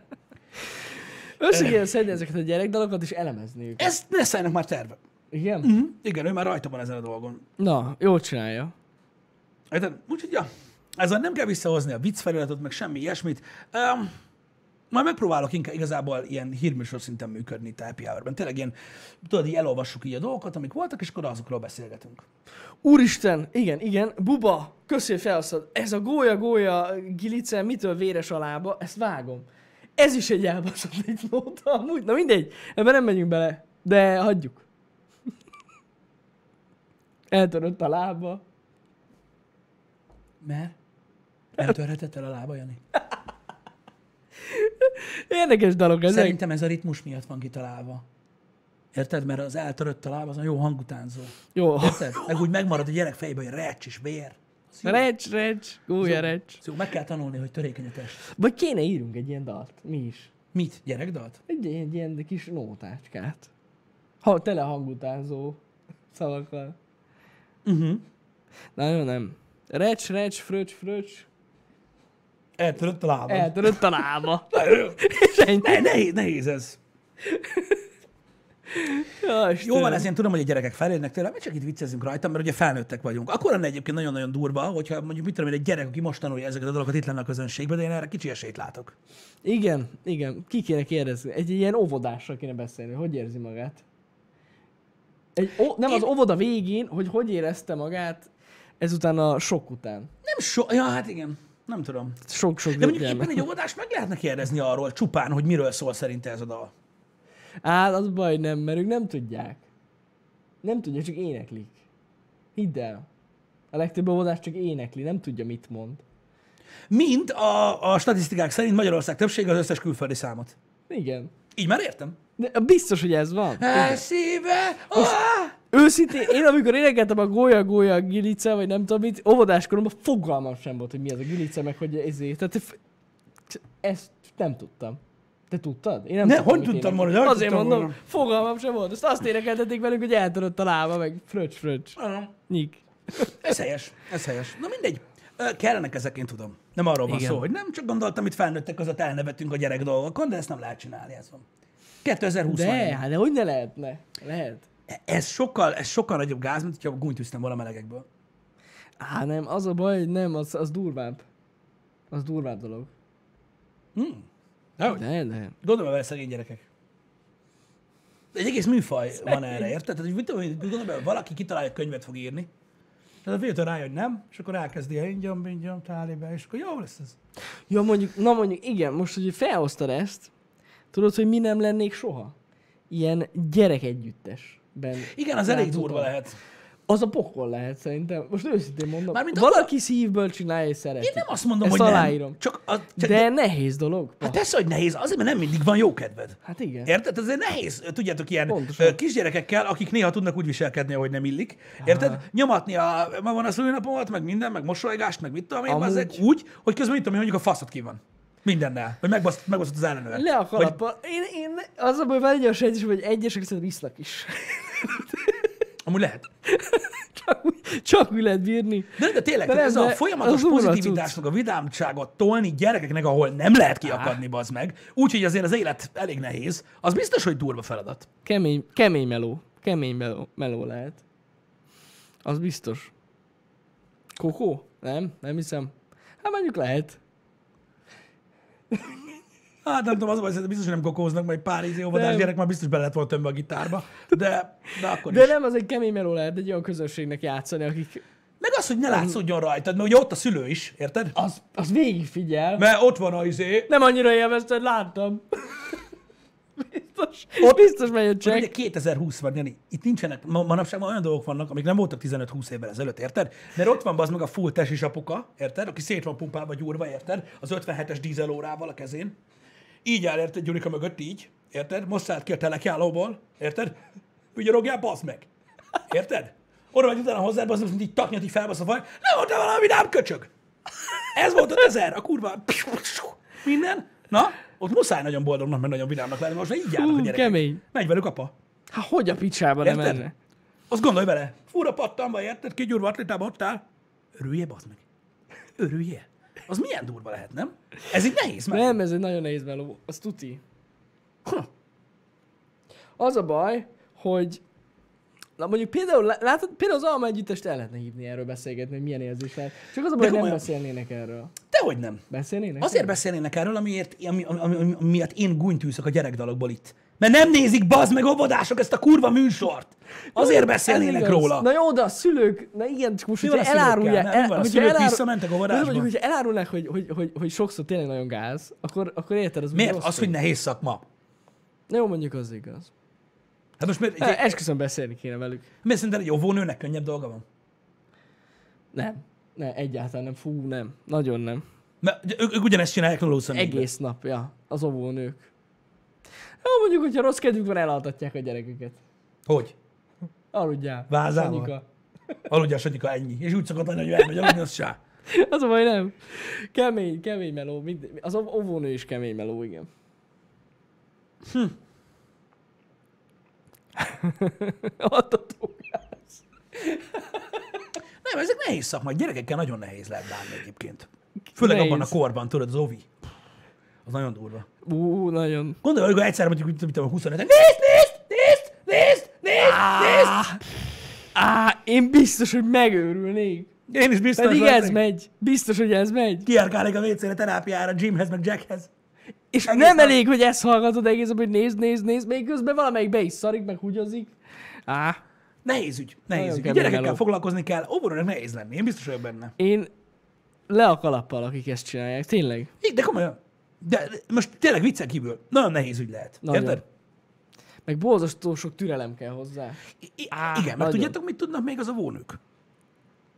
Össze kéne szedni ezeket a gyerekdalokat és elemezni őket. Ez lesz ennek már terve. Igen? Uh-huh. Igen, ő már rajta van ezen a dolgon. Na, jól csinálja. Érted? Úgyhogy, ja, ezzel nem kell visszahozni a vicc feliratot, meg semmi ilyesmit. Um, majd megpróbálok inkább igazából ilyen hírműsor szinten működni itt a Happy Hour-ben. Tényleg ilyen, tudod, így elolvassuk így a dolgokat, amik voltak, és akkor azokról beszélgetünk. Úristen, igen, igen, Buba, köszi, hogy felhoztad. Ez a gólya-gólya gilice, mitől véres a lába, ezt vágom. Ez is egy elbaszott ritmóta, amúgy. Na mindegy, ebben nem megyünk bele, de hagyjuk. Eltörött a lába. Mert? Nem törhetett el a lába, Jani? Érdekes dalok ezek. Szerintem ez a ritmus miatt van kitalálva. Érted? Mert az eltörött a lába, az a jó hangutánzó. Jó. Érted? Meg úgy megmarad a gyerek fejében, hogy recs és vér. Az jó. Recs, recs, gólya, recs. Az jó, meg kell tanulni, hogy törékeny a test. Vagy kéne írunk egy ilyen dalt, mi is. Mit? Gyerekdalt? Egy ilyen, egy ilyen kis nótácskát. Ha, tele hangutánzó szavakkal. Uh-huh. Na jó, nem. Recs, recs, fröcs, fröcs. Eltörött a lába. Eltörött a lába. Nagyon jó. És ennyi. Ne, nehéz, nehéz ez. Ja, Jó van, ez én tudom, hogy a gyerekek felérnek tőle, mi csak itt viccezünk rajta, mert ugye felnőttek vagyunk. Akkor lenne egyébként nagyon-nagyon durva, hogyha mondjuk mit tudom én, egy gyerek, aki most tanulja ezeket a dolgokat, itt lenne a közönségben, de én erre kicsi esélyt látok. Igen, igen. Ki kéne kérdezni? Egy ilyen óvodásra kéne beszélni. Hogy érzi magát? Egy, ó, nem az óvoda végén, hogy hogy érezte magát ezután a sok után. Nem so... Ja, hát igen. Nem tudom. Sok-sok De mondjuk gyermek. éppen egy óvodást meg lehetne kérdezni arról csupán, hogy miről szól szerinte ez a dal. Á, az baj nem, mert ők nem tudják. Nem tudják, csak éneklik. Hidd el. A legtöbb óvodás csak énekli, nem tudja, mit mond. Mint a, a statisztikák szerint Magyarország többsége az összes külföldi számot. Igen. Így már értem. De biztos, hogy ez van. Igen. Szíve! Oh! Őszintén, én amikor énekeltem a gólya-gólya gilice, vagy nem tudom mit, óvodáskoromban fogalmam sem volt, hogy mi ez a gilice, meg hogy ezért. Tehát f- ezt nem tudtam. Te tudtad? Én nem Ne, tudtam, hogy mit tudtam énekel. volna, hogy Azért tudtam mondom, volna. fogalmam sem volt. Ezt azt énekeltették velünk, hogy eltörött a lába, meg fröccs, fröccs. Nyik. Ez helyes, ez helyes. Na mindegy. Ö, Kellenek ezek, én tudom. Nem arról van Igen. szó, hogy nem csak gondoltam, itt felnőttek között elnevetünk a gyerek dolgokon, de ezt nem lehet csinálni, ez van. kétezer-húsz van. De, hát de hogy ne lehetne? Lehet. Ez sokkal, ez sokkal nagyobb gáz, mint hogyha gúnyt üztem volna melegekből. Á, nem, az a baj, hogy nem, az, az durvább. Az durvább dolog. Hmm. Dehogy. De, de. Gondolom vele szegény gyerekek. Egy egész műfaj van erre, érted? Tehát, hogy mit tudom, hogy gondolom, hogy valaki kitalálja, könyvet fog írni, tehát a fiatal rájön, hogy nem, és akkor elkezdi a ingyam, bingyam, tálibe, és akkor jó lesz ez. Ja, mondjuk, na mondjuk, igen, most, hogy felhoztad ezt, tudod, hogy mi nem lennék soha? Ilyen gyerekegyüttesben. Igen, az elég játszottam. durva lehet. Az a pokol lehet szerintem. Most őszintén mondom. Mármint Valaki szívből csinálja és szereti. Én nem azt mondom, Ezt hogy aláírom. nem. Csak, a, csak De nehéz dolog. Hát persze, hogy nehéz, azért, mert nem mindig van jó kedved. Hát igen. Érted? Ezért nehéz, tudjátok, ilyen Pontosan. ö, kisgyerekekkel, akik néha tudnak úgy viselkedni, ahogy nem illik. Érted? Aha. Nyomatni a, ma van a szülinapomat, meg minden, meg mosolygást, meg mit tudom én, Amúgy. ezek úgy, hogy közben mit tudom én, mondjuk a faszot ki van. Mindennel. Vagy megbaszott, megbaszott az ellenőr. Le a Vagy, kalappal. Én, én, az a baj, van egy olyan sejtés, hogy egyesek szerint viszlak is. amúgy lehet. Csak, úgy- csak úgy lehet bírni. De, de tényleg, De de ez nem, a de folyamatos az durva pozitivitásnak, a vidámságot tolni gyerekeknek, ahol nem lehet kiakadni, bazd meg, úgyhogy azért az élet elég nehéz, az biztos, hogy durva feladat. Kemény, kemény meló. Kemény meló, meló lehet. Az biztos. Kokó? Nem? Nem hiszem. Hát mondjuk lehet. Hát nem tudom, az a baj, szerintem biztos, hogy nem kokóznak, majd pár ízé óvodás Nem. gyerek már biztos bele lett volna tömve a gitárba, de, de akkor De is. nem, az egy kemény meló lehet egy olyan közösségnek játszani, akik... Meg az, hogy ne látszódjon rajtad, mert ugye ott a szülő is, érted? Az, az végig figyel. Mert ott van a izé, Nem annyira élvezte, hogy láttam. Biztos, ott, biztos megy a csak ugye check. kétezer-húsz van, Jani. Itt nincsenek, ma, manapság már olyan dolgok vannak, amik nem voltak tizenöt-húsz évvel ezelőtt, érted? Mert ott van az meg a full tesis apuka, érted? Aki szét van pumpálva, gyúrva, érted? Az ötvenhetes dízelórával a kezén. Így áll, érted? Gyurika mögött így, érted? Most szállt ki a telekjálóból, érted? Ügyarogjál, bazd meg. Érted? Oda vagy utána hozzád, bazd meg, mint így taknyat, így felbasz a faj. Nem volt valami vidám köcsög. Ez volt ott ezer, a kurva. Minden. Na, ott muszáj nagyon boldognak, mert nagyon vidámnak lenni. Most már így járnak a Hú, gyerekek. kemény. Megy velük apa. Hát hogy a picsába nem Érted? menne? Azt gondolj bele. Fura pattamba, érted? Kigyúrva atlétába ott áll. Örüljél, bazd meg. Örüljél. Az milyen durva lehet, nem? Ez így nehéz meg. Nem, ez egy nagyon nehéz meló. Az tuti. Ha. Az a baj, hogy na mondjuk például, lá- látod, például az Alma együttest el lehetne hívni erről beszélgetni, hogy milyen érzés lehet. Csak az a baj, hogy nem komolyan. beszélnének erről. Dehogy nem. Beszélnének? Azért beszélnének erről, amiért, ami, ami, ami, ami, miatt én gúnytűzök a gyerekdalokból itt. Mert nem nézik, bazd meg, óvodások ezt a kurva műsort. Azért beszélnének Ez igaz. róla. Na jó, de a szülők, na igen, csak most, Mi hogyha van a szülőkkel? elárulják, Nem, mi van? A szülők elárul- visszamentek de óvodásba? mondjuk, hogyha elárulnak, hogy, hogy, hogy, hogy sokszor tényleg nagyon gáz, akkor, akkor érted, az úgy Miért? rossz Az, hogy dolog. nehéz szakma. Na jó, mondjuk az igaz. Hát most miért, E, Esküszöm beszélni kéne velük. miért szerinted egy óvónőnek könnyebb dolga van? Nem. Ne, egyáltalán nem. Fú, nem. Nagyon nem. Mert ők, ők ugyanezt csinálják nulla huszonnégyben. Egész nap, ja. Az óvónők. Jó, mondjuk, hogyha rossz kedvük van, elaltatják a gyerekeket. Hogy? Aludjál. Vázával? Sanyika. Aludjál, Sanyika, ennyi. És úgy szokott lenni, hogy elmegy aludni, az sá. Az a baj, nem. Kemény, kemény meló. Mind, az óvónő is kemény meló, igen. Hm. Adtatógáz. Nem, ezek nehéz szakmák. Gyerekekkel nagyon nehéz lehet bánni egyébként. Főleg Nehéz. abban a korban, tudod, az ovi. Az nagyon durva. Ú, nagyon. Gondolj, amikor egyszer mondjuk, mit tudom, huszonöt, nézd, nézd, nézd, nézd, nézd, nézd. Á, én biztos, hogy megőrülnék. Én is biztos Pedig vagyok. ez megy. Biztos, hogy ez megy. Kiárkálik a vécére, terápiára, Jimhez, meg Jackhez. És Egész nem nap. elég, hogy ezt hallgatod egész, hogy nézd, nézd, nézd, még közben valamelyik be is szarik, meg húgyozik. Á, Nehéz ügy, nehéz Nagyon ügy. kemény Gyerekekkel meló. foglalkozni kell, óvónőnek nehéz lenni, én biztos vagyok benne. én le a kalappal, akik ezt csinálják. Tényleg. Így, de komolyan. De de most tényleg viccen kívül, nagyon nehéz ügy lehet. Nagyon. Érted? Meg borzasztó sok türelem kell hozzá. I- Á, igen, mert nagyon. tudjátok, mit tudnak még az óvónők?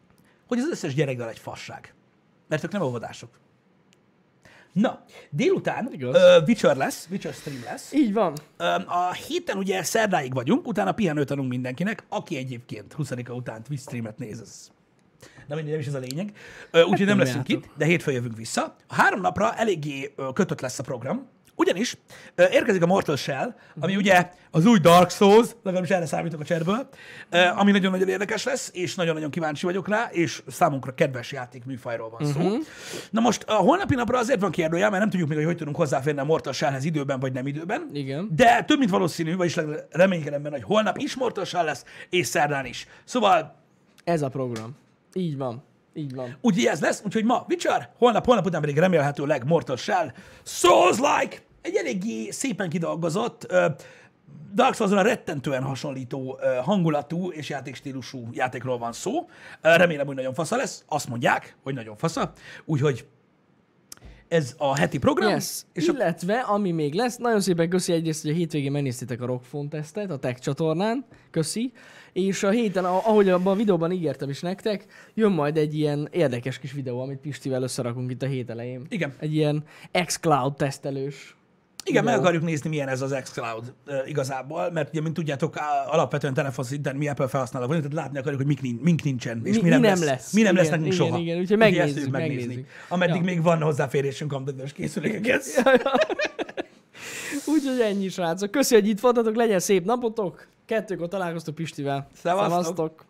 hogy az összes gyerekdal egy fasság. Mert ők nem óvodások. Na, délután uh, Witcher lesz, Witcher stream lesz. Így van. Uh, a héten ugye szerdáig vagyunk, utána pihenőt adunk mindenkinek, aki egyébként huszadika után Twitch streamet néz, az... Na mindegy, nem is ez a lényeg. Uh, Úgyhogy nem leszünk itt, de hétfőn jövünk vissza. A három napra eléggé uh, kötött lesz a program, ugyanis uh, érkezik a Mortal Shell, ami ugye az új Dark Souls, legalábbis erre számítok a cserből, uh, ami nagyon-nagyon érdekes lesz, és nagyon-nagyon kíváncsi vagyok rá, és számunkra kedves játékműfajról van szó. Uh-huh. Na most a holnapi napra azért van kérdője, mert nem tudjuk még, hogy hogy tudunk hozzáférni a Mortal Shellhez időben vagy nem időben. Igen. De több mint valószínű, vagyis reménykedem benne, hogy holnap is Mortal Shell lesz, és szerdán is. Szóval... Ez a program. Így van. Így van. Úgyhogy ez lesz, úgyhogy ma Witcher, holnap, holnap után pedig remélhetőleg Mortal Shell. Souls-like! Egy eléggé szépen kidolgozott, uh, Dark Souls-ra rettentően hasonlító uh, hangulatú és játékstílusú játékról van szó. Uh, remélem, hogy nagyon fasza lesz. Azt mondják, hogy nagyon fasza. Úgyhogy ez a heti program. Yes. És illetve, a... ami még lesz, nagyon szépen köszi egyrészt, hogy a hétvégén megnéztétek a Rockfon tesztet a Tech csatornán. Köszi. És a héten, ahogy abban a videóban ígértem is nektek, jön majd egy ilyen érdekes kis videó, amit Pistivel összerakunk itt a hét elején. Igen. Egy ilyen xCloud tesztelős. Igen, videó. Meg akarjuk nézni, milyen ez az xCloud uh, igazából, mert ugye, mint tudjátok, alapvetően telefonszinten mi Apple felhasználók vagyunk, tehát látni akarjuk, hogy mik, nin- mink nincsen, és mi, mi, nem, nem lesz. lesz. Mi nem igen, lesz nekünk igen, soha. Igen, úgyhogy megnézzük, megnézzük. megnézzük. Ameddig ja. még van hozzáférésünk komputers készülékekhez. Ja, ja. Úgyhogy ennyi, srácok. Köszi, hogy itt voltatok, legyen szép napotok. Kettőkor találkoztok Pistivel. Szevasztok. Szevasztok.